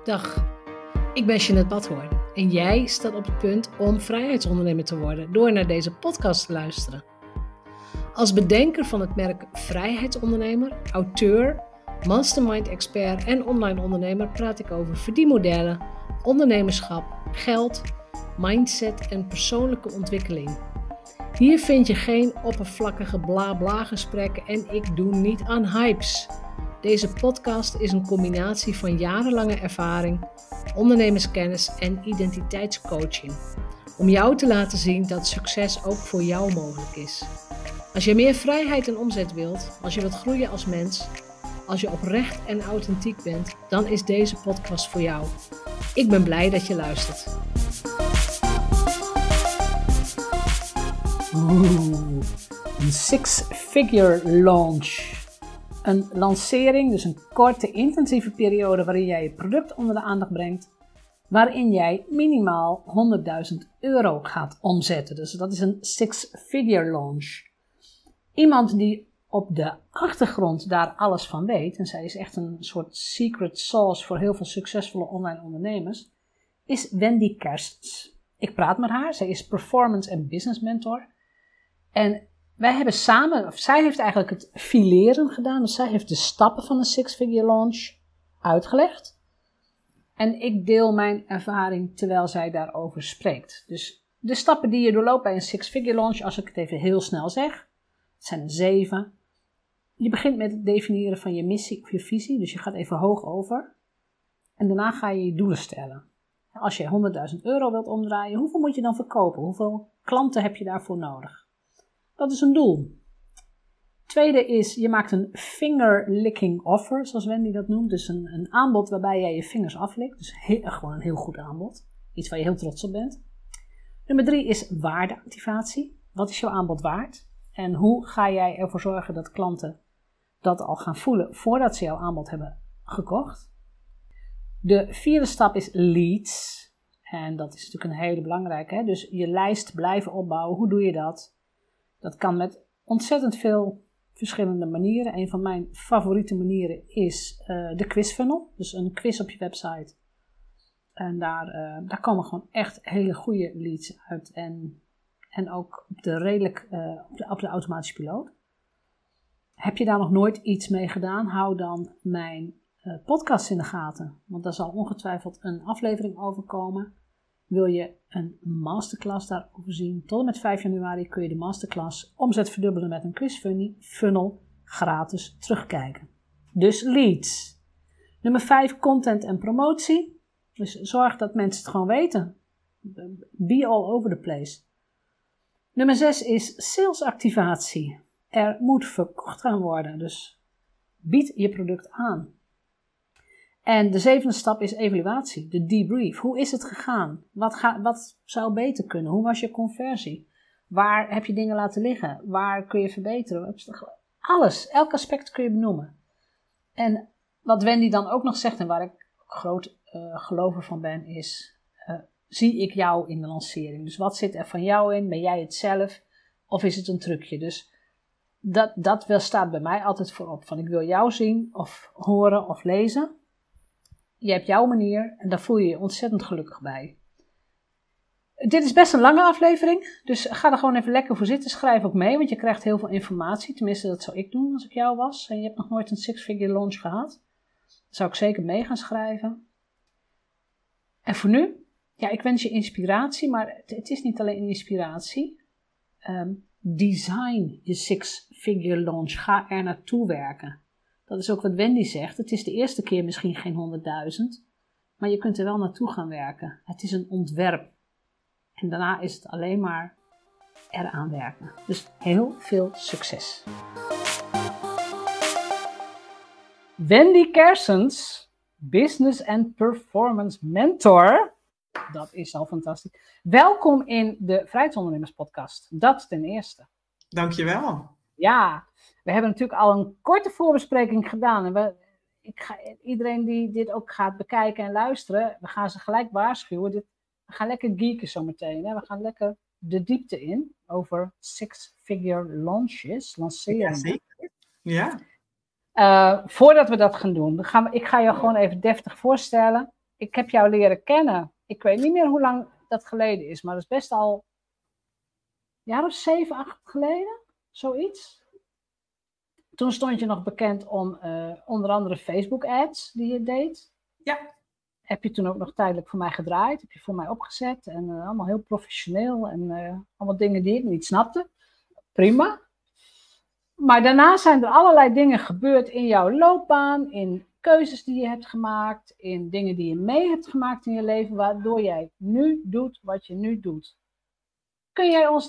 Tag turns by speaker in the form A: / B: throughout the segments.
A: Dag, ik ben Jeanette Badhoorn en jij staat op het punt om vrijheidsondernemer te worden door naar deze podcast te luisteren. Als bedenker van het merk Vrijheidsondernemer, auteur, mastermind-expert en online ondernemer praat ik over verdienmodellen, ondernemerschap, geld, mindset en persoonlijke ontwikkeling. Hier vind je geen oppervlakkige bla-bla gesprekken en ik doe niet aan hypes. Deze podcast is een combinatie van jarenlange ervaring, ondernemerskennis en identiteitscoaching. Om jou te laten zien dat succes ook voor jou mogelijk is. Als je meer vrijheid en omzet wilt, als je wilt groeien als mens, als je oprecht en authentiek bent, dan is deze podcast voor jou. Ik ben blij dat je luistert.
B: Een six-figure launch. Een lancering, dus een korte, intensieve periode waarin jij je product onder de aandacht brengt, waarin jij minimaal €100.000 gaat omzetten. Dus dat is een six-figure launch. Iemand die op de achtergrond daar alles van weet, en zij is echt een soort secret sauce voor heel veel succesvolle online ondernemers, is Wendy Kerstens. Ik praat met haar, zij is performance en business mentor. En wij hebben samen, of zij heeft eigenlijk het fileren gedaan, dus zij heeft de stappen van een six-figure launch uitgelegd. En ik deel mijn ervaring terwijl zij daarover spreekt. Dus de stappen die je doorloopt bij een six-figure launch, als ik het even heel snel zeg, het zijn er 7. Je begint met het definiëren van je missie of je visie, dus je gaat even hoog over. En daarna ga je je doelen stellen. Als je €100.000 wilt omdraaien, hoeveel moet je dan verkopen? Hoeveel klanten heb je daarvoor nodig? Dat is een doel. Tweede is, je maakt een finger-licking offer, zoals Wendy dat noemt. Dus een aanbod waarbij jij je vingers aflikt. Dus gewoon een heel goed aanbod. Iets waar je heel trots op bent. Nummer 3 is waardeactivatie. Wat is jouw aanbod waard? En hoe ga jij ervoor zorgen dat klanten dat al gaan voelen voordat ze jouw aanbod hebben gekocht? De 4e stap is leads. En dat is natuurlijk een hele belangrijke. Hè? Dus je lijst blijven opbouwen. Hoe doe je dat? Dat kan met ontzettend veel verschillende manieren. Een van mijn favoriete manieren is de quizfunnel. Dus een quiz op je website. En daar komen gewoon echt hele goede leads uit. En ook op de automatische piloot. Heb je daar nog nooit iets mee gedaan? Hou dan mijn podcast in de gaten. Want daar zal ongetwijfeld een aflevering over komen. Wil je een masterclass daarover zien? Tot en met 5 januari kun je de masterclass omzet verdubbelen met een quizfunnel gratis terugkijken. Dus leads. Nummer 5, content en promotie. Dus zorg dat mensen het gewoon weten. Be all over the place. Nummer 6 is salesactivatie. Er moet verkocht gaan worden. Dus bied je product aan. En de 7e stap is evaluatie, de debrief. Hoe is het gegaan? Wat zou beter kunnen? Hoe was je conversie? Waar heb je dingen laten liggen? Waar kun je verbeteren? Alles, elk aspect kun je benoemen. En wat Wendy dan ook nog zegt, en waar ik groot gelover van ben, is, zie ik jou in de lancering? Dus wat zit er van jou in? Ben jij het zelf? Of is het een trucje? Dus dat staat bij mij altijd voorop. Van ik wil jou zien, of horen, of lezen. Je hebt jouw manier en daar voel je je ontzettend gelukkig bij. Dit is best een lange aflevering, dus ga er gewoon even lekker voor zitten. Schrijf ook mee, want je krijgt heel veel informatie. Tenminste, dat zou ik doen als ik jou was. En je hebt nog nooit een six-figure launch gehad. Dan zou ik zeker mee gaan schrijven. En voor nu, ja, ik wens je inspiratie, maar het is niet alleen inspiratie. Design je six-figure launch. Ga er naartoe werken. Dat is ook wat Wendy zegt. Het is de eerste keer misschien geen 100.000, maar je kunt er wel naartoe gaan werken. Het is een ontwerp. En daarna is het alleen maar eraan werken. Dus heel veel succes. Wendy Kerstens, Business and Performance Mentor. Dat is al fantastisch. Welkom in de Vrijheidsondernemers podcast. Dat ten eerste.
C: Dankjewel.
B: Ja. We hebben natuurlijk al een korte voorbespreking gedaan. En iedereen die dit ook gaat bekijken en luisteren, we gaan ze gelijk waarschuwen. We gaan lekker geeken zometeen. We gaan lekker de diepte in over six-figure lanceringen.
C: Ja.
B: Voordat we dat gaan doen, ik ga je gewoon even deftig voorstellen. ik heb jou leren kennen. Ik weet niet meer hoe lang dat geleden is, maar dat is best al een jaar of 7, 8 geleden. Zoiets. Toen stond je nog bekend om onder andere Facebook ads die je deed.
C: Ja.
B: Heb je toen ook nog tijdelijk voor mij gedraaid. Heb je voor mij opgezet. En allemaal heel professioneel. En allemaal dingen die ik niet snapte. Prima. Maar daarna zijn er allerlei dingen gebeurd in jouw loopbaan. In keuzes die je hebt gemaakt. In dingen die je mee hebt gemaakt in je leven. Waardoor jij nu doet wat je nu doet. Kun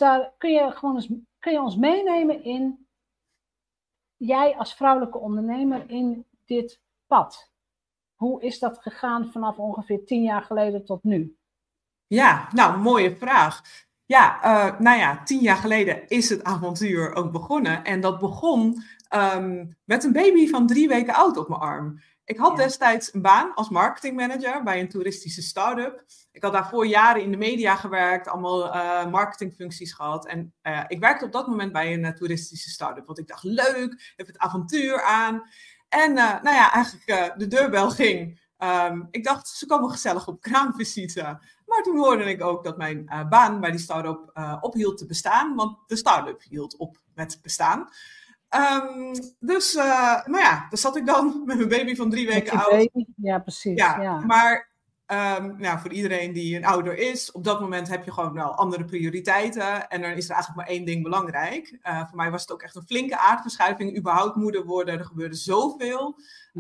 B: je ons meenemen in jij als vrouwelijke ondernemer in dit pad? Hoe is dat gegaan vanaf ongeveer 10 jaar geleden tot nu?
C: Ja, nou, mooie vraag. Ja, 10 jaar geleden is het avontuur ook begonnen. En dat begon met een baby van 3 weken oud op mijn arm. Ik had destijds een baan als marketingmanager bij een toeristische start-up. Ik had daarvoor jaren in de media gewerkt, allemaal marketingfuncties gehad. En ik werkte op dat moment bij een toeristische start-up. Want ik dacht, leuk, heb het avontuur aan. En eigenlijk de deurbel ging. Ik dacht, ze komen gezellig op kraamvisite. Maar toen hoorde ik ook dat mijn baan bij die start-up ophield te bestaan. Want de start-up hield op met bestaan. Dus daar zat ik dan met mijn baby van 3 weken oud.
B: Baby? Ja, precies.
C: Ja. Maar voor iedereen die een ouder is, op dat moment heb je gewoon wel andere prioriteiten. En dan is er eigenlijk maar 1 ding belangrijk. Voor mij was het ook echt een flinke aardverschuiving. Überhaupt moeder worden, er gebeurde zoveel.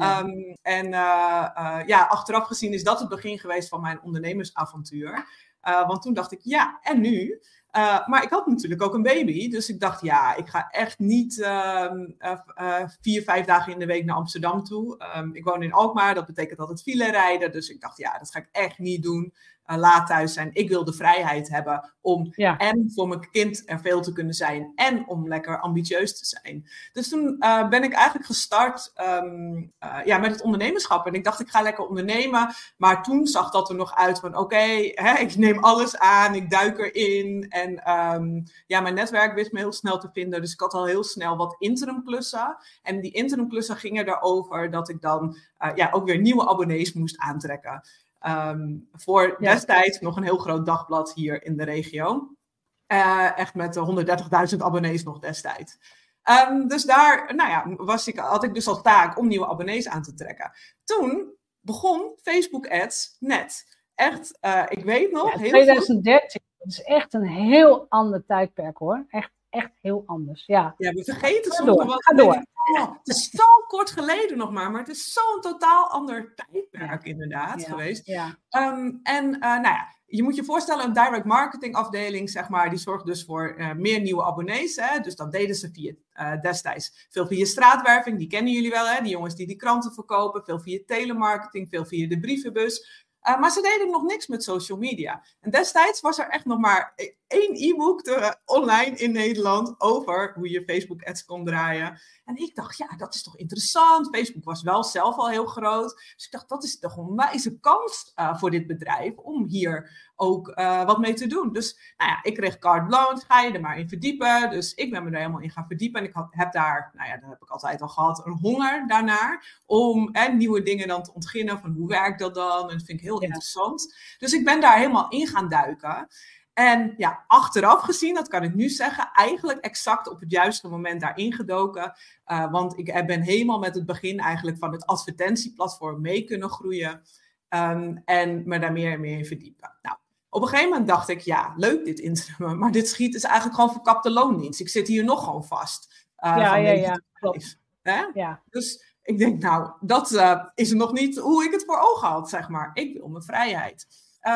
C: Ja. Achteraf gezien is dat het begin geweest van mijn ondernemersavontuur. Want toen dacht ik, ja, en nu? Maar ik had natuurlijk ook een baby. Dus ik dacht, ja, ik ga echt niet 4, 5 dagen in de week naar Amsterdam toe. Ik woon in Alkmaar, dat betekent altijd file rijden. Dus ik dacht, ja, dat ga ik echt niet doen. Laat thuis zijn. Ik wil de vrijheid hebben om en voor mijn kind er veel te kunnen zijn. En om lekker ambitieus te zijn. Dus toen ben ik eigenlijk gestart met het ondernemerschap. En ik dacht, ik ga lekker ondernemen. Maar toen zag dat er nog uit van, oké, ik neem alles aan. Ik duik erin. En mijn netwerk wist me heel snel te vinden. Dus ik had al heel snel wat interimklussen. En die interimklussen gingen erover dat ik dan ook weer nieuwe abonnees moest aantrekken. Voor destijds nog een heel groot dagblad hier in de regio. Echt met 130.000 abonnees nog destijds. Dus daar had ik dus als taak om nieuwe abonnees aan te trekken. Toen begon Facebook Ads net. Echt, ik weet nog...
B: Ja, 2013, dat is echt een heel ander tijdperk hoor. Echt heel anders, ja.
C: Ja, we vergeten soms
B: nog
C: wat.
B: Ga door.
C: Het is zo kort geleden nog maar het is zo'n totaal ander tijdperk inderdaad geweest.
B: Ja.
C: Je moet je voorstellen, een direct marketing afdeling, zeg maar, die zorgt dus voor meer nieuwe abonnees. Hè? Dus dat deden ze destijds veel via straatwerving, die kennen jullie wel, hè? Die jongens die kranten verkopen, veel via telemarketing, veel via de brievenbus. Maar ze deden nog niks met social media. En destijds was er echt nog maar 1 e-book online in Nederland over hoe je Facebook ads kon draaien. En ik dacht, ja, dat is toch interessant. Facebook was wel zelf al heel groot. Dus ik dacht, dat is toch een wijze kans voor dit bedrijf om hier ook wat mee te doen. Dus ik kreeg carte blanche, ga je er maar in verdiepen. Dus ik ben me er helemaal in gaan verdiepen. En ik heb daar, dat heb ik altijd al gehad, een honger daarnaar. Om nieuwe dingen dan te ontginnen. Van hoe werkt dat dan? En dat vind ik heel interessant. Dus ik ben daar helemaal in gaan duiken. En achteraf gezien, dat kan ik nu zeggen, eigenlijk exact op het juiste moment daarin gedoken. Want ik ben helemaal met het begin eigenlijk van het advertentieplatform mee kunnen groeien. En me daar meer en meer in verdiepen. Nou, op een gegeven moment dacht ik, ja, leuk dit interim, maar dit schiet is eigenlijk gewoon verkapte loondienst. Ik zit hier nog gewoon vast.
B: Klopt.
C: Ja. Dus ik denk, nou, dat is nog niet hoe ik het voor ogen had, zeg maar. Ik wil mijn vrijheid.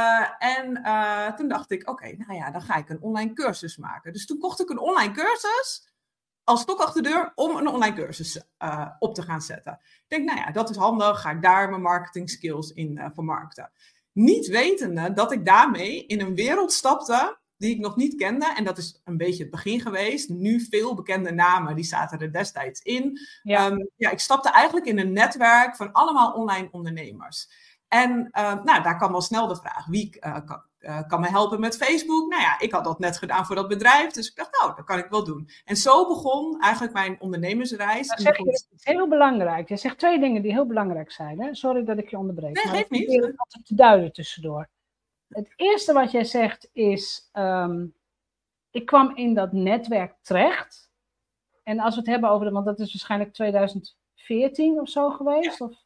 C: Toen dacht ik, oké, dan ga ik een online cursus maken. Dus toen kocht ik een online cursus als stok achter de deur om een online cursus op te gaan zetten. Ik denk, dat is handig, ga ik daar mijn marketing skills in vermarkten. Niet wetende dat ik daarmee in een wereld stapte die ik nog niet kende. En dat is een beetje het begin geweest. Nu veel bekende namen, die zaten er destijds in. Ja. Ik stapte eigenlijk in een netwerk van allemaal online ondernemers. En daar kwam al snel de vraag, wie kan me helpen met Facebook. Nou ja, ik had dat net gedaan voor dat bedrijf. Dus ik dacht, nou, dat kan ik wel doen. En zo begon eigenlijk mijn ondernemersreis.
B: Dan zeg je, het is heel belangrijk. Je zegt 2 dingen die heel belangrijk zijn. Hè? Sorry dat ik je onderbreek.
C: Nee,
B: maar
C: geeft niet.
B: Ik probeer het altijd te duiden tussendoor. Het eerste wat jij zegt is, ik kwam in dat netwerk terecht. En als we het hebben over, want dat is waarschijnlijk 2014 of zo geweest?
C: Ja.
B: Of,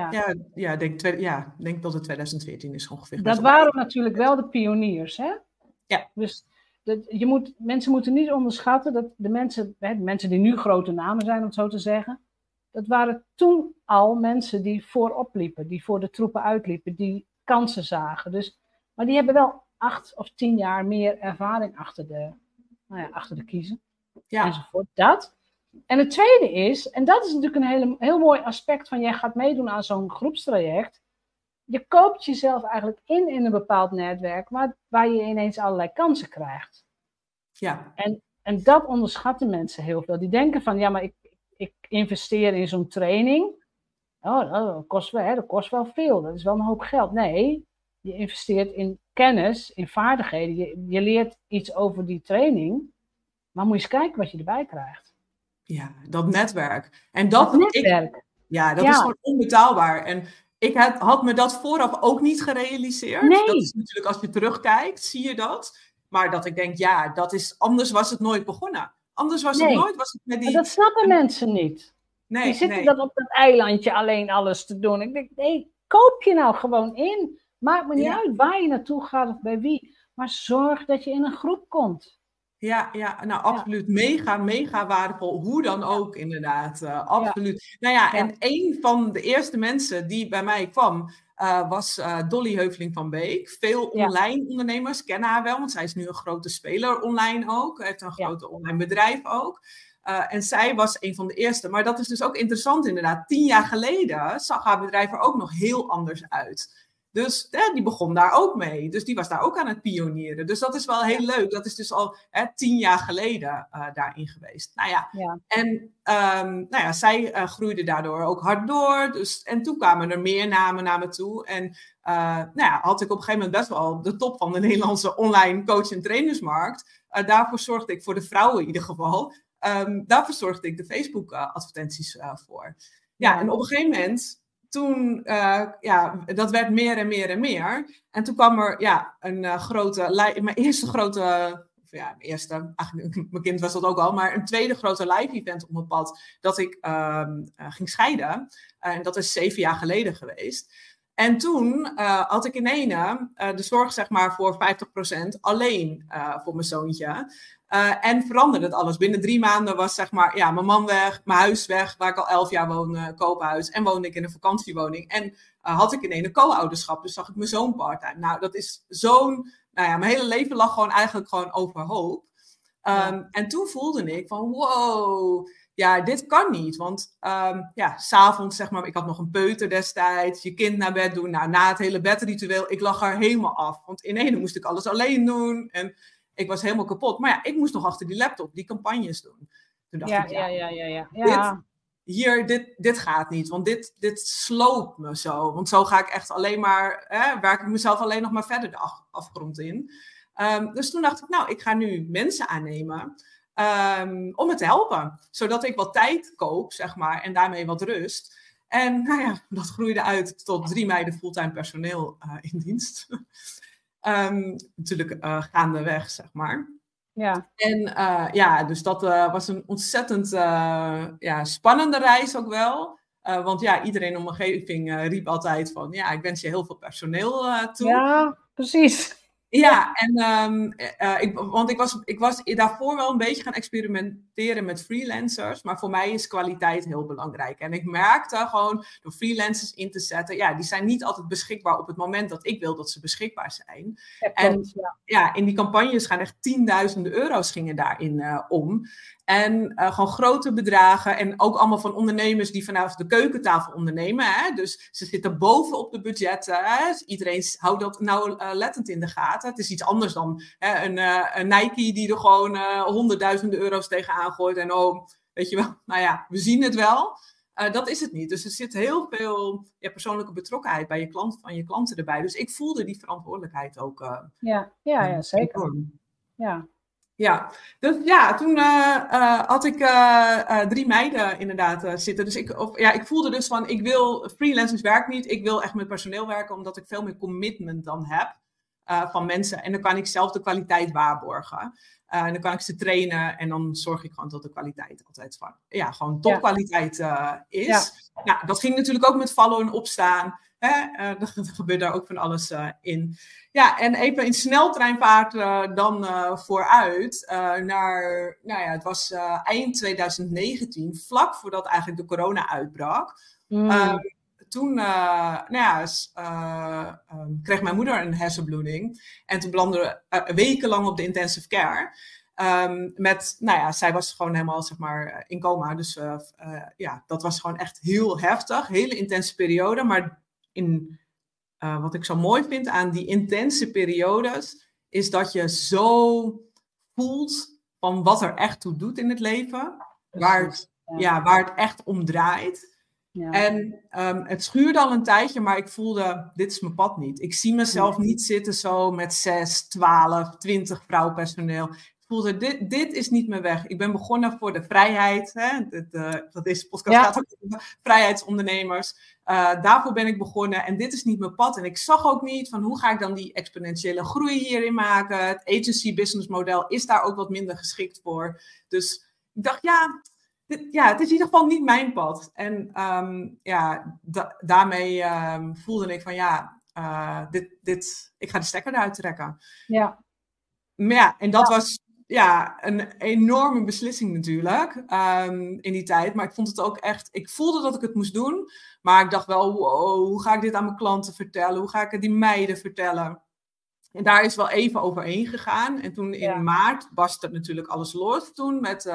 C: Ik denk dat het 2014 is ongeveer.
B: Dat waren natuurlijk wel de pioniers, hè?
C: Ja.
B: Dus mensen moeten niet onderschatten dat de mensen die nu grote namen zijn, om het zo te zeggen, dat waren toen al mensen die voorop liepen, die voor de troepen uitliepen, die kansen zagen. Maar die hebben wel 8 of 10 jaar meer ervaring achter de kiezen.
C: Ja.
B: Enzovoort. Dat. En het tweede is, en dat is natuurlijk een heel mooi aspect van jij gaat meedoen aan zo'n groepstraject. Je koopt jezelf eigenlijk in een bepaald netwerk waar je ineens allerlei kansen krijgt.
C: Ja.
B: En dat onderschatten mensen heel veel. Die denken van, ja, maar ik investeer in zo'n training. Oh, dat kost wel veel. Dat is wel een hoop geld. Nee, je investeert in kennis, in vaardigheden. Je leert iets over die training. Maar moet je eens kijken wat je erbij krijgt.
C: Ja, dat netwerk. En
B: dat netwerk.
C: Dat is gewoon onbetaalbaar. En ik had me dat vooraf ook niet gerealiseerd.
B: Nee.
C: Dat is natuurlijk, als je terugkijkt, zie je dat. Maar dat ik denk, ja, anders was het nooit begonnen. Anders was het nooit. Met die...
B: Maar dat snappen mensen niet.
C: Nee,
B: die zitten dan op dat eilandje alleen alles te doen. Ik denk, nee, koop je nou gewoon in. Maakt me niet uit waar je naartoe gaat of bij wie. Maar zorg dat je in een groep komt.
C: Ja, nou absoluut. Mega waardevol. Hoe dan ook, inderdaad. Absoluut. Nou ja, en een van de eerste mensen die bij mij kwam, was Dolly Heuveling van Beek. Veel online ondernemers kennen haar wel, want zij is nu een grote speler online ook. Heeft een grote online bedrijf ook. En zij was een van de eerste. Maar dat is dus ook interessant inderdaad. 10 jaar geleden zag haar bedrijf er ook nog heel anders uit. Dus die begon daar ook mee. Dus die was daar ook aan het pionieren. Dus dat is wel heel leuk. Dat is dus al 10 jaar geleden daarin geweest. Nou ja. En zij groeide daardoor ook hard door. Dus, en toen kwamen er meer namen naar me toe. En had ik op een gegeven moment best wel de top van de Nederlandse online coach- en trainersmarkt. Daarvoor zorgde ik voor de vrouwen in ieder geval. Daarvoor zorgde ik de Facebook advertenties voor. Ja, en op een gegeven moment... Toen, dat werd meer en meer en meer. En toen kwam er mijn eerste grote, mijn kind was dat ook al, maar een tweede grote live event op mijn pad, dat ik ging scheiden. En dat is 7 jaar geleden geweest. En toen had ik in ene de zorg zeg maar voor 50% alleen voor mijn zoontje. En veranderde het alles. Binnen 3 maanden was zeg maar, mijn man weg, mijn huis weg, waar ik al 11 jaar woon, koophuis. En woonde ik in een vakantiewoning. En had ik in een co-ouderschap, dus zag ik mijn zoon part-time. Nou, dat is mijn hele leven lag gewoon overhoop. En toen voelde ik van, wow, ja, dit kan niet. Want 's avonds zeg maar, ik had nog een peuter destijds, je kind naar bed doen. Nou, na het hele bedritueel, ik lag er helemaal af. Want in ene moest ik alles alleen doen en... Ik was helemaal kapot. Maar ja, ik moest nog achter die laptop die campagnes doen. Toen dacht ik, dit gaat niet. Want dit sloopt me zo. Want zo ga ik echt alleen maar... werk ik mezelf alleen nog maar verder de afgrond in. Dus toen dacht ik, nou, ik ga nu mensen aannemen... om me te helpen. Zodat ik wat tijd koop, zeg maar. En daarmee wat rust. En nou ja, dat groeide uit tot 3 meiden fulltime personeel in dienst. Natuurlijk gaandeweg, zeg maar.
B: Ja.
C: En dus dat was een ontzettend spannende reis ook wel. Want iedereen in mijn omgeving riep altijd van... Ja, ik wens je heel veel personeel toe.
B: Ja, precies.
C: Ja, en ik was daarvoor wel een beetje gaan experimenteren met freelancers. Maar voor mij is kwaliteit heel belangrijk. En ik merkte gewoon door freelancers in te zetten... die zijn niet altijd beschikbaar op het moment dat ik wil dat ze beschikbaar zijn. In die campagnes gaan echt 10.000 euro's gingen daarin om. En gewoon grote bedragen. En ook allemaal van ondernemers die vanaf de keukentafel ondernemen. Hè? Dus ze zitten bovenop de budgetten. Hè? Iedereen houdt dat nauwlettend in de gaten. Het is iets anders dan een Nike die er gewoon 100.000 euro's tegenaan gooit. En weet je wel, nou ja, we zien het wel. Dat is het niet. Dus er zit heel veel persoonlijke betrokkenheid bij van je klanten erbij. Dus ik voelde die verantwoordelijkheid ook.
B: Ja, zeker.
C: Enorm.
B: Ja,
C: Dus toen had ik 3 meiden inderdaad zitten. Dus ik voelde dus van, ik wil freelancers werk niet. Ik wil echt met personeel werken, omdat ik veel meer commitment dan heb van mensen. En dan kan ik zelf de kwaliteit waarborgen. En dan kan ik ze trainen en dan zorg ik gewoon dat de kwaliteit altijd gewoon topkwaliteit is.
B: Ja.
C: Nou, dat ging natuurlijk ook met vallen en opstaan. Er gebeurt daar ook van alles in. Ja, en even in sneltreinvaart dan vooruit naar, het was eind 2019, vlak voordat eigenlijk de corona uitbrak. Toen kreeg mijn moeder een hersenbloeding en toen belandde wekenlang op de intensive care. Zij was gewoon helemaal in coma. Dus dat was gewoon echt heel heftig. Hele intense periode. Maar wat ik zo mooi vind aan die intense periodes, is dat je zo voelt van wat er echt toe doet in het leven. Waar het echt om draait. Ja. En het schuurde al een tijdje, maar ik voelde, dit is mijn pad niet. Ik zie mezelf niet zitten zo met 6, 12, 20 vrouwenpersoneel. Ik voelde, dit is niet mijn weg. Ik ben begonnen voor de vrijheid. Dat deze podcast gaat ook over vrijheidsondernemers. Daarvoor ben ik begonnen en dit is niet mijn pad. En ik zag ook niet van hoe ga ik dan die exponentiële groei hierin maken. Het agency business model is daar ook wat minder geschikt voor. Dus ik dacht, het is in ieder geval niet mijn pad. En daarmee voelde ik van ik ga de stekker eruit trekken.
B: Ja.
C: Maar en dat was een enorme beslissing natuurlijk in die tijd. Maar ik vond het ook echt, ik voelde dat ik het moest doen. Maar ik dacht wel, hoe ga ik dit aan mijn klanten vertellen? Hoe ga ik het die meiden vertellen? En daar is wel even overheen gegaan. En toen in maart barstte natuurlijk alles los toen met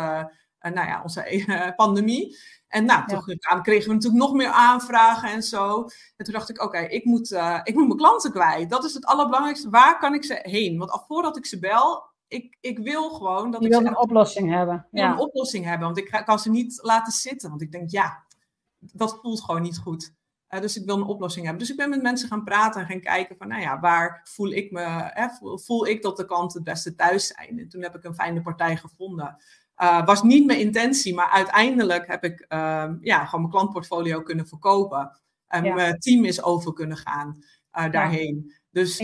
C: onze pandemie. En toen kregen we natuurlijk nog meer aanvragen en zo. En toen dacht ik, oké, ik moet mijn klanten kwijt. Dat is het allerbelangrijkste. Waar kan ik ze heen? Want voordat ik ze bel, ik wil gewoon dat
B: je wil een oplossing hebben.
C: Ik wil een oplossing hebben, want ik kan ze niet laten zitten. Want ik denk, dat voelt gewoon niet goed. Dus ik wil een oplossing hebben. Dus ik ben met mensen gaan praten en gaan kijken van, waar voel ik voel ik dat de klanten het beste thuis zijn? En toen heb ik een fijne partij gevonden. Was niet mijn intentie, maar uiteindelijk heb ik gewoon mijn klantportfolio kunnen verkopen. Mijn team is over kunnen gaan daarheen. Dus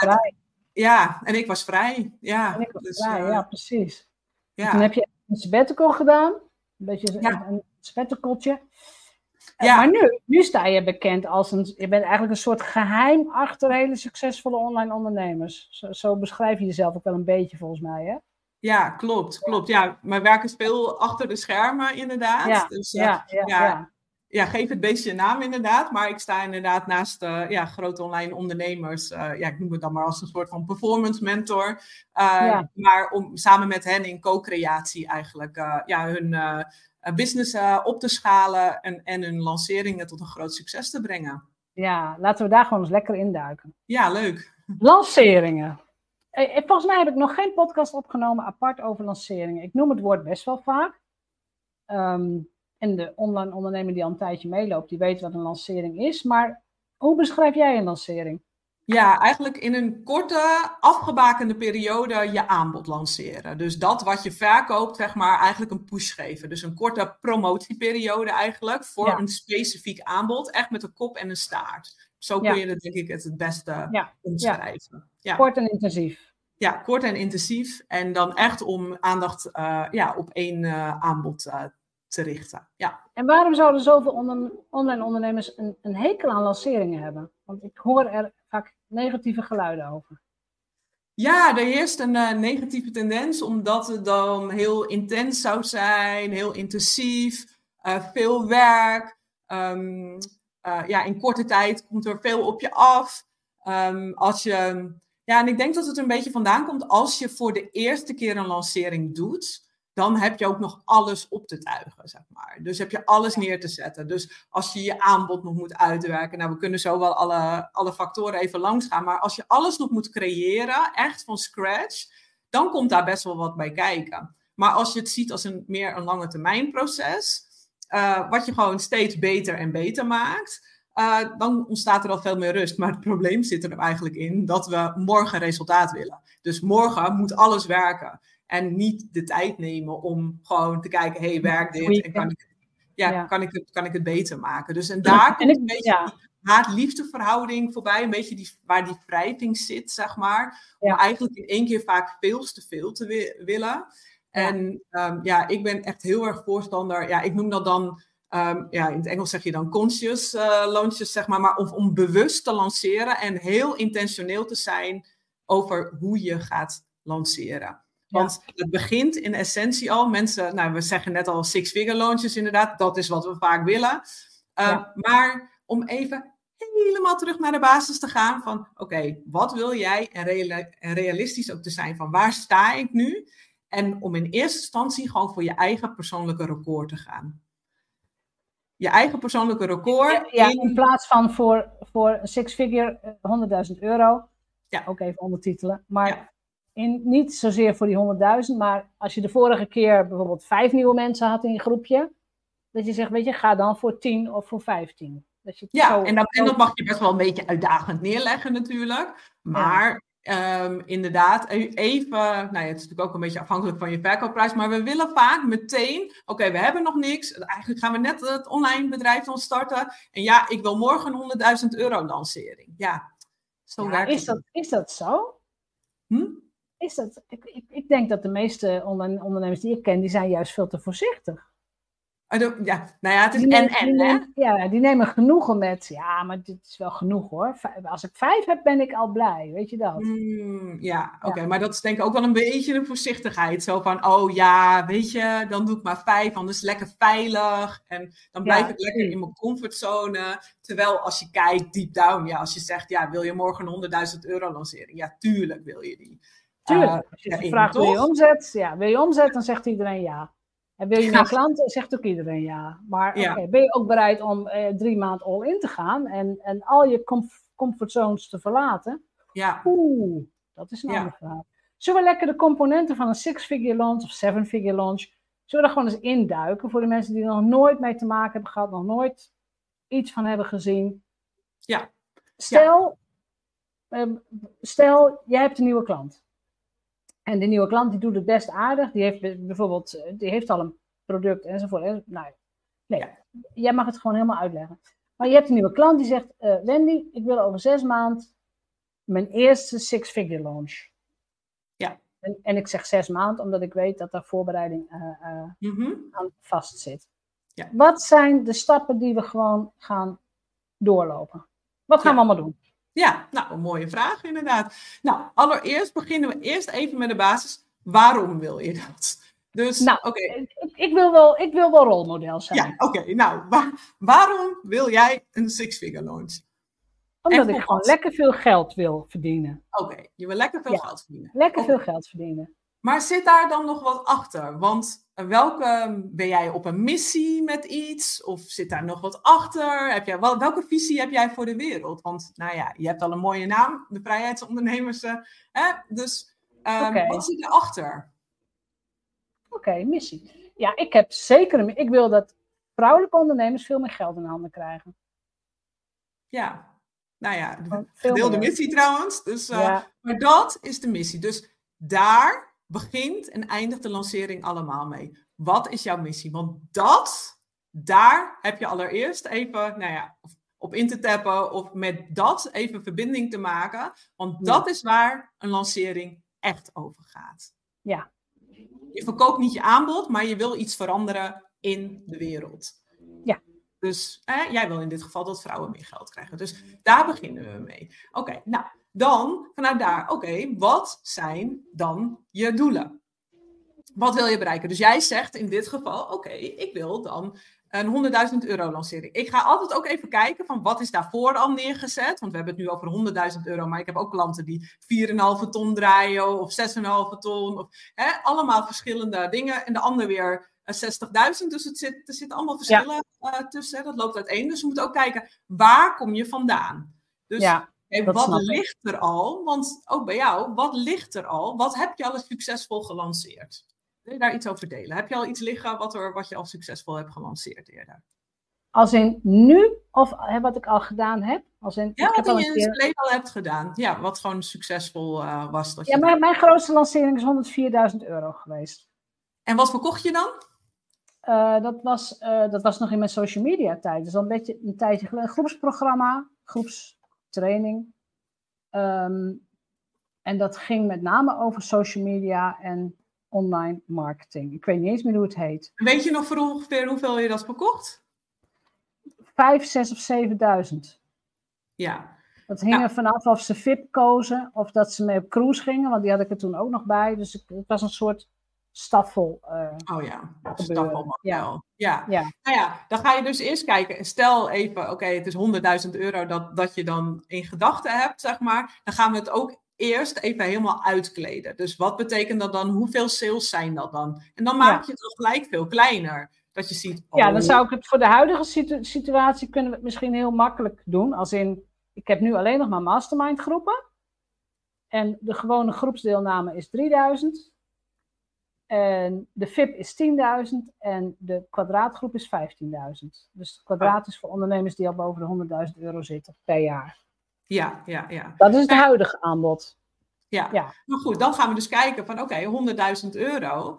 C: en ik was vrij. Ja,
B: en ik was vrij, ja, precies.
C: Ja.
B: Toen heb je een sabbatical gedaan. Een beetje een sabbaticaltje. Maar nu sta je bekend als je bent eigenlijk een soort geheim achter hele succesvolle online ondernemers. Zo beschrijf je jezelf ook wel een beetje volgens mij, hè?
C: Ja, klopt. Ja, mijn werk is veel achter de schermen inderdaad. Geef het beestje een naam inderdaad. Maar ik sta inderdaad naast grote online ondernemers. Ik noem het dan maar als een soort van performance mentor. Maar om samen met hen in co-creatie eigenlijk hun business op te schalen en hun lanceringen tot een groot succes te brengen.
B: Ja, laten we daar gewoon eens lekker induiken.
C: Ja, leuk.
B: Lanceringen. Volgens mij heb ik nog geen podcast opgenomen apart over lanceringen. Ik noem het woord best wel vaak. En de online ondernemer die al een tijdje meeloopt, die weet wat een lancering is. Maar hoe beschrijf jij een lancering?
C: Ja, eigenlijk in een korte, afgebakende periode je aanbod lanceren. Dus dat wat je verkoopt, eigenlijk een push geven. Dus een korte promotieperiode eigenlijk voor een specifiek aanbod. Echt met een kop en een staart. Zo kun je het denk ik het beste omschrijven. Ja.
B: Kort en intensief.
C: Ja, kort en intensief. En dan echt om aandacht op één aanbod te richten. Ja.
B: En waarom zouden zoveel online ondernemers een hekel aan lanceringen hebben? Want ik hoor er vaak negatieve geluiden over.
C: Ja, er heerst een negatieve tendens, omdat het dan heel intens zou zijn, heel intensief, veel werk. In korte tijd komt er veel op je af. En ik denk dat het een beetje vandaan komt als je voor de eerste keer een lancering doet. Dan heb je ook nog alles op te tuigen, zeg maar. Dus heb je alles neer te zetten. Dus als je je aanbod nog moet uitwerken. We kunnen zo wel alle factoren even langs gaan. Maar als je alles nog moet creëren, echt van scratch, dan komt daar best wel wat bij kijken. Maar als je het ziet als meer een lange termijn proces, wat je gewoon steeds beter en beter maakt, dan ontstaat er al veel meer rust. Maar het probleem zit er eigenlijk in dat we morgen resultaat willen. Dus morgen moet alles werken. En niet de tijd nemen om gewoon te kijken, hey, werkt dit? En kan ik het beter maken? Dus en daar komt een beetje die haat-liefde verhouding voorbij. Een beetje waar die wrijving zit, zeg maar. Om eigenlijk in één keer vaak veel te veel te willen. En ik ben echt heel erg voorstander. Ja, ik noem dat dan, in het Engels zeg je dan conscious launches, zeg maar om bewust te lanceren en heel intentioneel te zijn over hoe je gaat lanceren. Want het begint in essentie al. Mensen, we zeggen net al 6-figure launches inderdaad. Dat is wat we vaak willen. Maar om even helemaal terug naar de basis te gaan van, oké, wat wil jij? En realistisch ook te zijn van, waar sta ik nu? En om in eerste instantie gewoon voor je eigen persoonlijke record te gaan. Je eigen persoonlijke record.
B: In plaats van voor een 6-figure €100.000. Ja. Ook even ondertitelen. Maar niet zozeer voor die 100.000. Maar als je de vorige keer bijvoorbeeld 5 nieuwe mensen had in je groepje. Dat je zegt, weet je, ga dan voor 10 of voor 15. Dat je
C: en dat mag je best wel een beetje uitdagend neerleggen natuurlijk. Maar inderdaad, even, het is natuurlijk ook een beetje afhankelijk van je verkoopprijs, maar we willen vaak meteen, oké, we hebben nog niks, eigenlijk gaan we net het online bedrijf dan starten, en ik wil morgen een €100.000 lancering. Ja, zo werkt het.
B: Is dat zo? Is dat, ik denk dat de meeste ondernemers die ik ken, die zijn juist veel te voorzichtig.
C: Het is hè?
B: Ja, die nemen genoegen met, maar dit is wel genoeg hoor. Als ik 5 heb, ben ik al blij, weet je dat?
C: Oké, maar dat is denk ik ook wel een beetje een voorzichtigheid. Zo van, weet je, dan doe ik maar 5, anders lekker veilig. En dan blijf ik lekker in mijn comfortzone. Terwijl als je kijkt, deep down, als je zegt, wil je morgen een €100.000 lancering? Ja, tuurlijk wil je die.
B: Tuurlijk, als je vraagt, wil je omzet? Wil je omzet, dan zegt iedereen ja. En wil je meer klanten, zegt ook iedereen ja. Maar ben je ook bereid om 3 maanden all-in te gaan en al je comfortzones te verlaten?
C: Ja.
B: Dat is een ander verhaal. Zullen we lekker de componenten van een 6-figure launch of 7-figure launch, zullen we er gewoon eens induiken voor de mensen die er nog nooit mee te maken hebben gehad, nog nooit iets van hebben gezien?
C: Ja.
B: Stel, jij hebt een nieuwe klant. En de nieuwe klant die doet het best aardig. Die heeft bijvoorbeeld al een product enzovoort. Jij mag het gewoon helemaal uitleggen. Maar je hebt een nieuwe klant die zegt, Wendy, ik wil over 6 maanden mijn eerste 6-figure launch.
C: Ja.
B: En ik zeg 6 maanden, omdat ik weet dat daar voorbereiding aan vast zit.
C: Ja.
B: Wat zijn de stappen die we gewoon gaan doorlopen? Wat gaan we allemaal doen?
C: Ja, een mooie vraag inderdaad. Allereerst beginnen we eerst even met de basis. Waarom wil je dat? Dus,
B: ik wil wel rolmodel zijn.
C: Ja, waarom wil jij een 6-figure launch?
B: Omdat ik gewoon lekker veel geld wil verdienen.
C: Je wil lekker veel geld verdienen.
B: Veel geld verdienen.
C: Maar zit daar dan nog wat achter? Want ben jij op een missie met iets? Of zit daar nog wat achter? Welke visie heb jij voor de wereld? Want je hebt al een mooie naam, de vrijheidsondernemers. Dus wat zit erachter?
B: Missie. Ja, ik heb zeker ik wil dat vrouwelijke ondernemers veel meer geld in handen krijgen.
C: Ja, gedeelde missie trouwens. Dus, maar dat is de missie. Dus daar begint en eindigt de lancering allemaal mee. Wat is jouw missie? Want daar heb je allereerst even, op in te tappen of met dat even verbinding te maken. Want dat is waar een lancering echt over gaat.
B: Ja.
C: Je verkoopt niet je aanbod, maar je wil iets veranderen in de wereld.
B: Ja.
C: Dus jij wil in dit geval dat vrouwen meer geld krijgen. Dus daar beginnen we mee. Dan vanuit daar, wat zijn dan je doelen? Wat wil je bereiken? Dus jij zegt in dit geval, ik wil dan een €100.000 lancering. Ik ga altijd ook even kijken van wat is daarvoor al neergezet. Want we hebben het nu over €100.000, maar ik heb ook klanten die 4,5 ton draaien of 6,5 ton. Of, allemaal verschillende dingen. En de ander weer 60.000. Dus er zitten allemaal verschillen tussen. Dat loopt uiteen. Dus we moeten ook kijken, waar kom je vandaan? Dus wat ligt er al? Want ook bij jou, wat ligt er al? Wat heb je al succesvol gelanceerd? Kun je daar iets over delen? Heb je al iets liggen wat je al succesvol hebt gelanceerd eerder?
B: Als in nu of wat ik al gedaan heb? Als in,
C: Ja,
B: wat
C: je in het verleden al hebt gedaan. Ja, wat gewoon succesvol was. Dat
B: mijn grootste lancering is €104.000 geweest.
C: En wat verkocht je dan?
B: Dat was nog in mijn social media tijd. Dus al een tijdje geleden. Een groepsprogramma, groepstraining. En dat ging met name over social media en online marketing. Ik weet niet eens meer hoe het heet.
C: Weet je nog voor ongeveer hoeveel je dat verkocht?
B: 5, 6 of 7.000.
C: Ja.
B: Dat hing er vanaf of ze VIP kozen of dat ze mee op cruise gingen, want die had ik er toen ook nog bij. Dus het was een soort staffel.
C: Staffelmodel. Ja.
B: Ja.
C: Nou ja, dan ga je dus eerst kijken. Stel even, oké, het is €100.000 dat je dan in gedachten hebt, zeg maar. Dan gaan we het ook eerst even helemaal uitkleden. Dus wat betekent dat dan? Hoeveel sales zijn dat dan? En dan maak je het toch gelijk veel kleiner. Dat je ziet...
B: Ja, dan zou ik het voor de huidige situatie kunnen we het misschien heel makkelijk doen. Als in, ik heb nu alleen nog maar mastermind groepen. En de gewone groepsdeelname is 3.000. En de VIP is 10.000 en de kwadraatgroep is 15.000. Dus de kwadraat is voor ondernemers die al boven de €100.000 zitten per jaar.
C: Ja.
B: Dat is het huidige aanbod.
C: Ja, maar goed, dan gaan we dus kijken van oké, €100.000.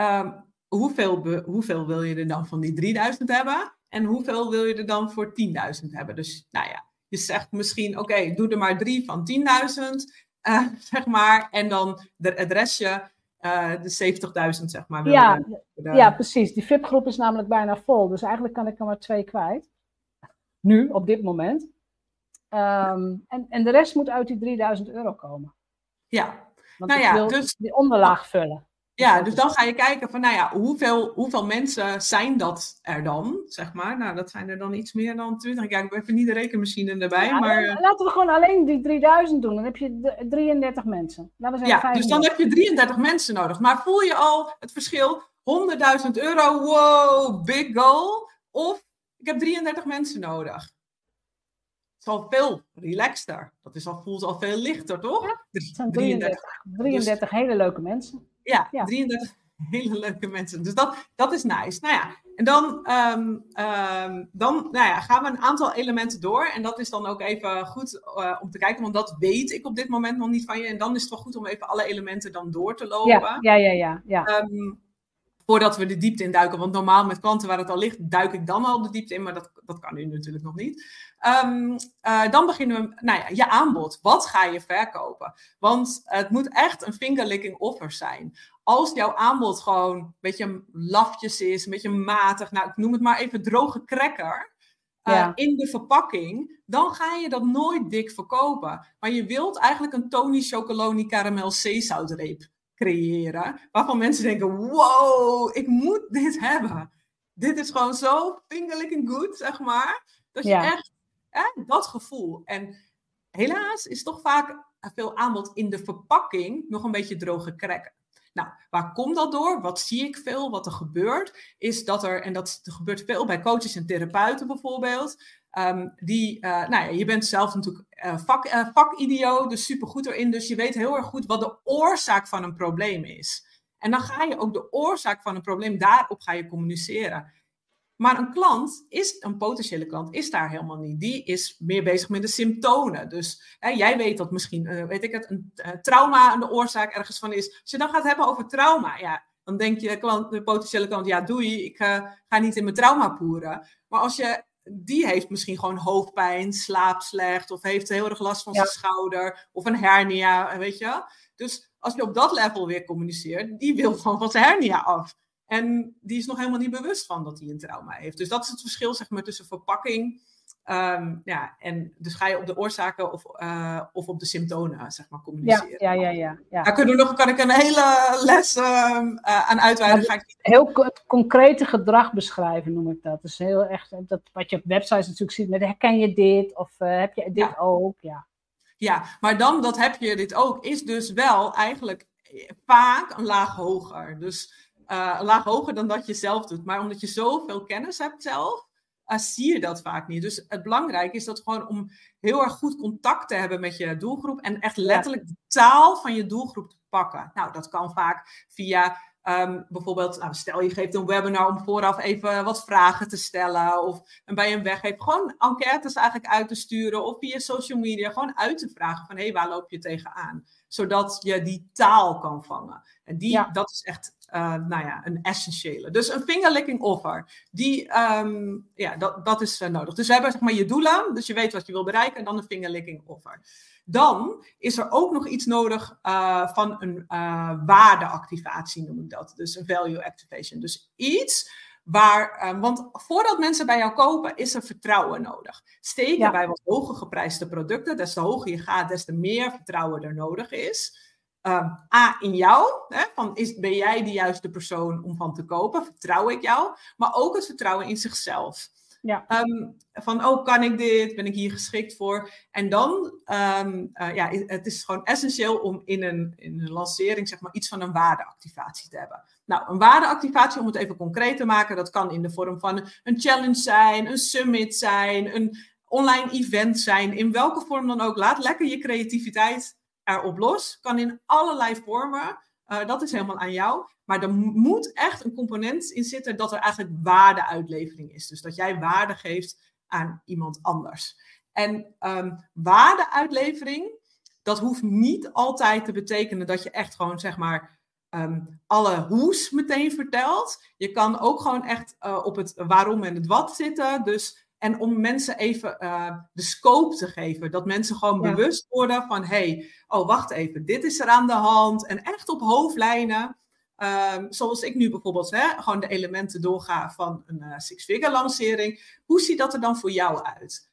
C: Hoeveel wil je er dan van die 3.000 hebben? En hoeveel wil je er dan voor 10.000 hebben? Dus nou ja, je zegt misschien oké, doe er maar 3 van 10.000, zeg maar. En dan het restje... de 70.000, zeg maar.
B: Ja, precies. Die VIP-groep is namelijk bijna vol. Dus eigenlijk kan ik er maar 2 kwijt. Nu, op dit moment. En de rest moet uit die €3.000 komen.
C: Ja.
B: Want ik wil dus die onderlaag vullen.
C: Ja, dus dan ga je kijken van, nou ja, hoeveel mensen zijn dat er dan, zeg maar. Nou, dat zijn er dan iets meer dan 20. Ja, ik heb even niet de rekenmachine erbij, maar...
B: Laten we gewoon alleen die 3.000 doen. Dan heb je 33 mensen. Laten we zeggen
C: dus dan heb je 33 mensen nodig. Maar voel je al het verschil? €100.000, wow, big goal. Of, ik heb 33 mensen nodig. Het is al veel relaxter. Voelt al veel lichter, toch?
B: Ja, het zijn 33 hele leuke mensen.
C: Ja, 33 hele leuke mensen. Dus dat is nice. Nou ja, en dan gaan we een aantal elementen door. En dat is dan ook even goed om te kijken, want dat weet ik op dit moment nog niet van je. En dan is het wel goed om even alle elementen dan door te lopen.
B: Ja.
C: Voordat we de diepte in duiken. Want normaal met klanten waar het al ligt, duik ik dan al de diepte in. Maar dat kan nu natuurlijk nog niet. Dan beginnen we, je aanbod. Wat ga je verkopen? Want het moet echt een fingerlicking offer zijn. Als jouw aanbod gewoon een beetje lafjes is, een beetje matig. Nou, ik noem het maar even droge cracker. In de verpakking. Dan ga je dat nooit dik verkopen. Maar je wilt eigenlijk een Tony Chocolonely Caramel Zeezoutreep creëren, waarvan mensen denken, wow, ik moet dit hebben. Dit is gewoon zo fingerlicking good, zeg maar, dat je echt, dat gevoel. En helaas is toch vaak veel aanbod in de verpakking nog een beetje droge cracker. Nou, waar komt dat door? Wat zie ik veel? Wat er gebeurt, is dat en dat gebeurt veel bij coaches en therapeuten bijvoorbeeld, je bent zelf natuurlijk vakidioot, dus supergoed erin. Dus je weet heel erg goed wat de oorzaak van een probleem is. En dan ga je ook de oorzaak van een probleem, daarop ga je communiceren. Maar een potentiële klant, is daar helemaal niet. Die is meer bezig met de symptomen. Dus jij weet dat misschien, een trauma de oorzaak ergens van is. Als je dan gaat hebben over trauma, dan denk je, de potentiële klant, ja doei, ik ga niet in mijn trauma poeren. Maar die heeft misschien gewoon hoofdpijn, slaapt slecht of heeft heel erg last van zijn schouder of een hernia, weet je. Dus als je op dat level weer communiceert, die wil gewoon van zijn hernia af. En die is nog helemaal niet bewust van dat hij een trauma heeft. Dus dat is het verschil, zeg maar, tussen verpakking. En dus ga je op de oorzaken of op de symptomen, zeg maar, communiceren.
B: Ja.
C: Daar kan ik een hele les aan uitweiden.
B: Heel concrete gedrag beschrijven, noem ik dat. Dus heel echt, wat je op websites natuurlijk ziet, met herken je dit? Of heb je dit ook?
C: Ja, maar dan dat heb je dit ook, is dus wel eigenlijk vaak een laag hoger. Dus een laag hoger dan dat je zelf doet. Maar omdat je zoveel kennis hebt zelf, zie je dat vaak niet. Dus het belangrijke is dat gewoon om heel erg goed contact te hebben met je doelgroep en echt letterlijk de taal van je doelgroep te pakken. Nou, dat kan vaak via Bijvoorbeeld, stel je geeft een webinar om vooraf even wat vragen te stellen. Of bij een weggeeft gewoon enquêtes eigenlijk uit te sturen. Of via social media gewoon uit te vragen van waar loop je tegenaan? Zodat je die taal kan vangen. En dat is echt een essentiële. Dus een fingerlicking offer. Dat is nodig. Dus we hebben zeg maar je doelen. Dus je weet wat je wil bereiken. En dan een fingerlicking offer. Dan is er ook nog iets nodig van een waardeactivatie, noem ik dat. Dus een value activation. Dus iets waar, want voordat mensen bij jou kopen, is er vertrouwen nodig. Zeker bij wat hoger geprijsde producten. Des te hoger je gaat, des te meer vertrouwen er nodig is. In jou, ben jij de juiste persoon om van te kopen? Vertrouw ik jou? Maar ook het vertrouwen in zichzelf.
B: Ja.
C: Kan ik dit? Ben ik hier geschikt voor? En dan, het is gewoon essentieel om in een lancering zeg maar iets van een waardeactivatie te hebben. Nou, een waardeactivatie, om het even concreet te maken, dat kan in de vorm van een challenge zijn, een summit zijn, een online event zijn, in welke vorm dan ook. Laat lekker je creativiteit erop los. Kan in allerlei vormen. Dat is helemaal aan jou. Maar er moet echt een component in zitten dat er eigenlijk waardeuitlevering is. Dus dat jij waarde geeft aan iemand anders. En waardeuitlevering, dat hoeft niet altijd te betekenen dat je echt gewoon zeg maar alle hoes meteen vertelt. Je kan ook gewoon echt op het waarom en het wat zitten. En om mensen even de scope te geven. Dat mensen gewoon bewust worden van wacht even, dit is er aan de hand. En echt op hoofdlijnen. Zoals ik nu bijvoorbeeld gewoon de elementen doorga van een six-figure lancering. Hoe ziet dat er dan voor jou uit?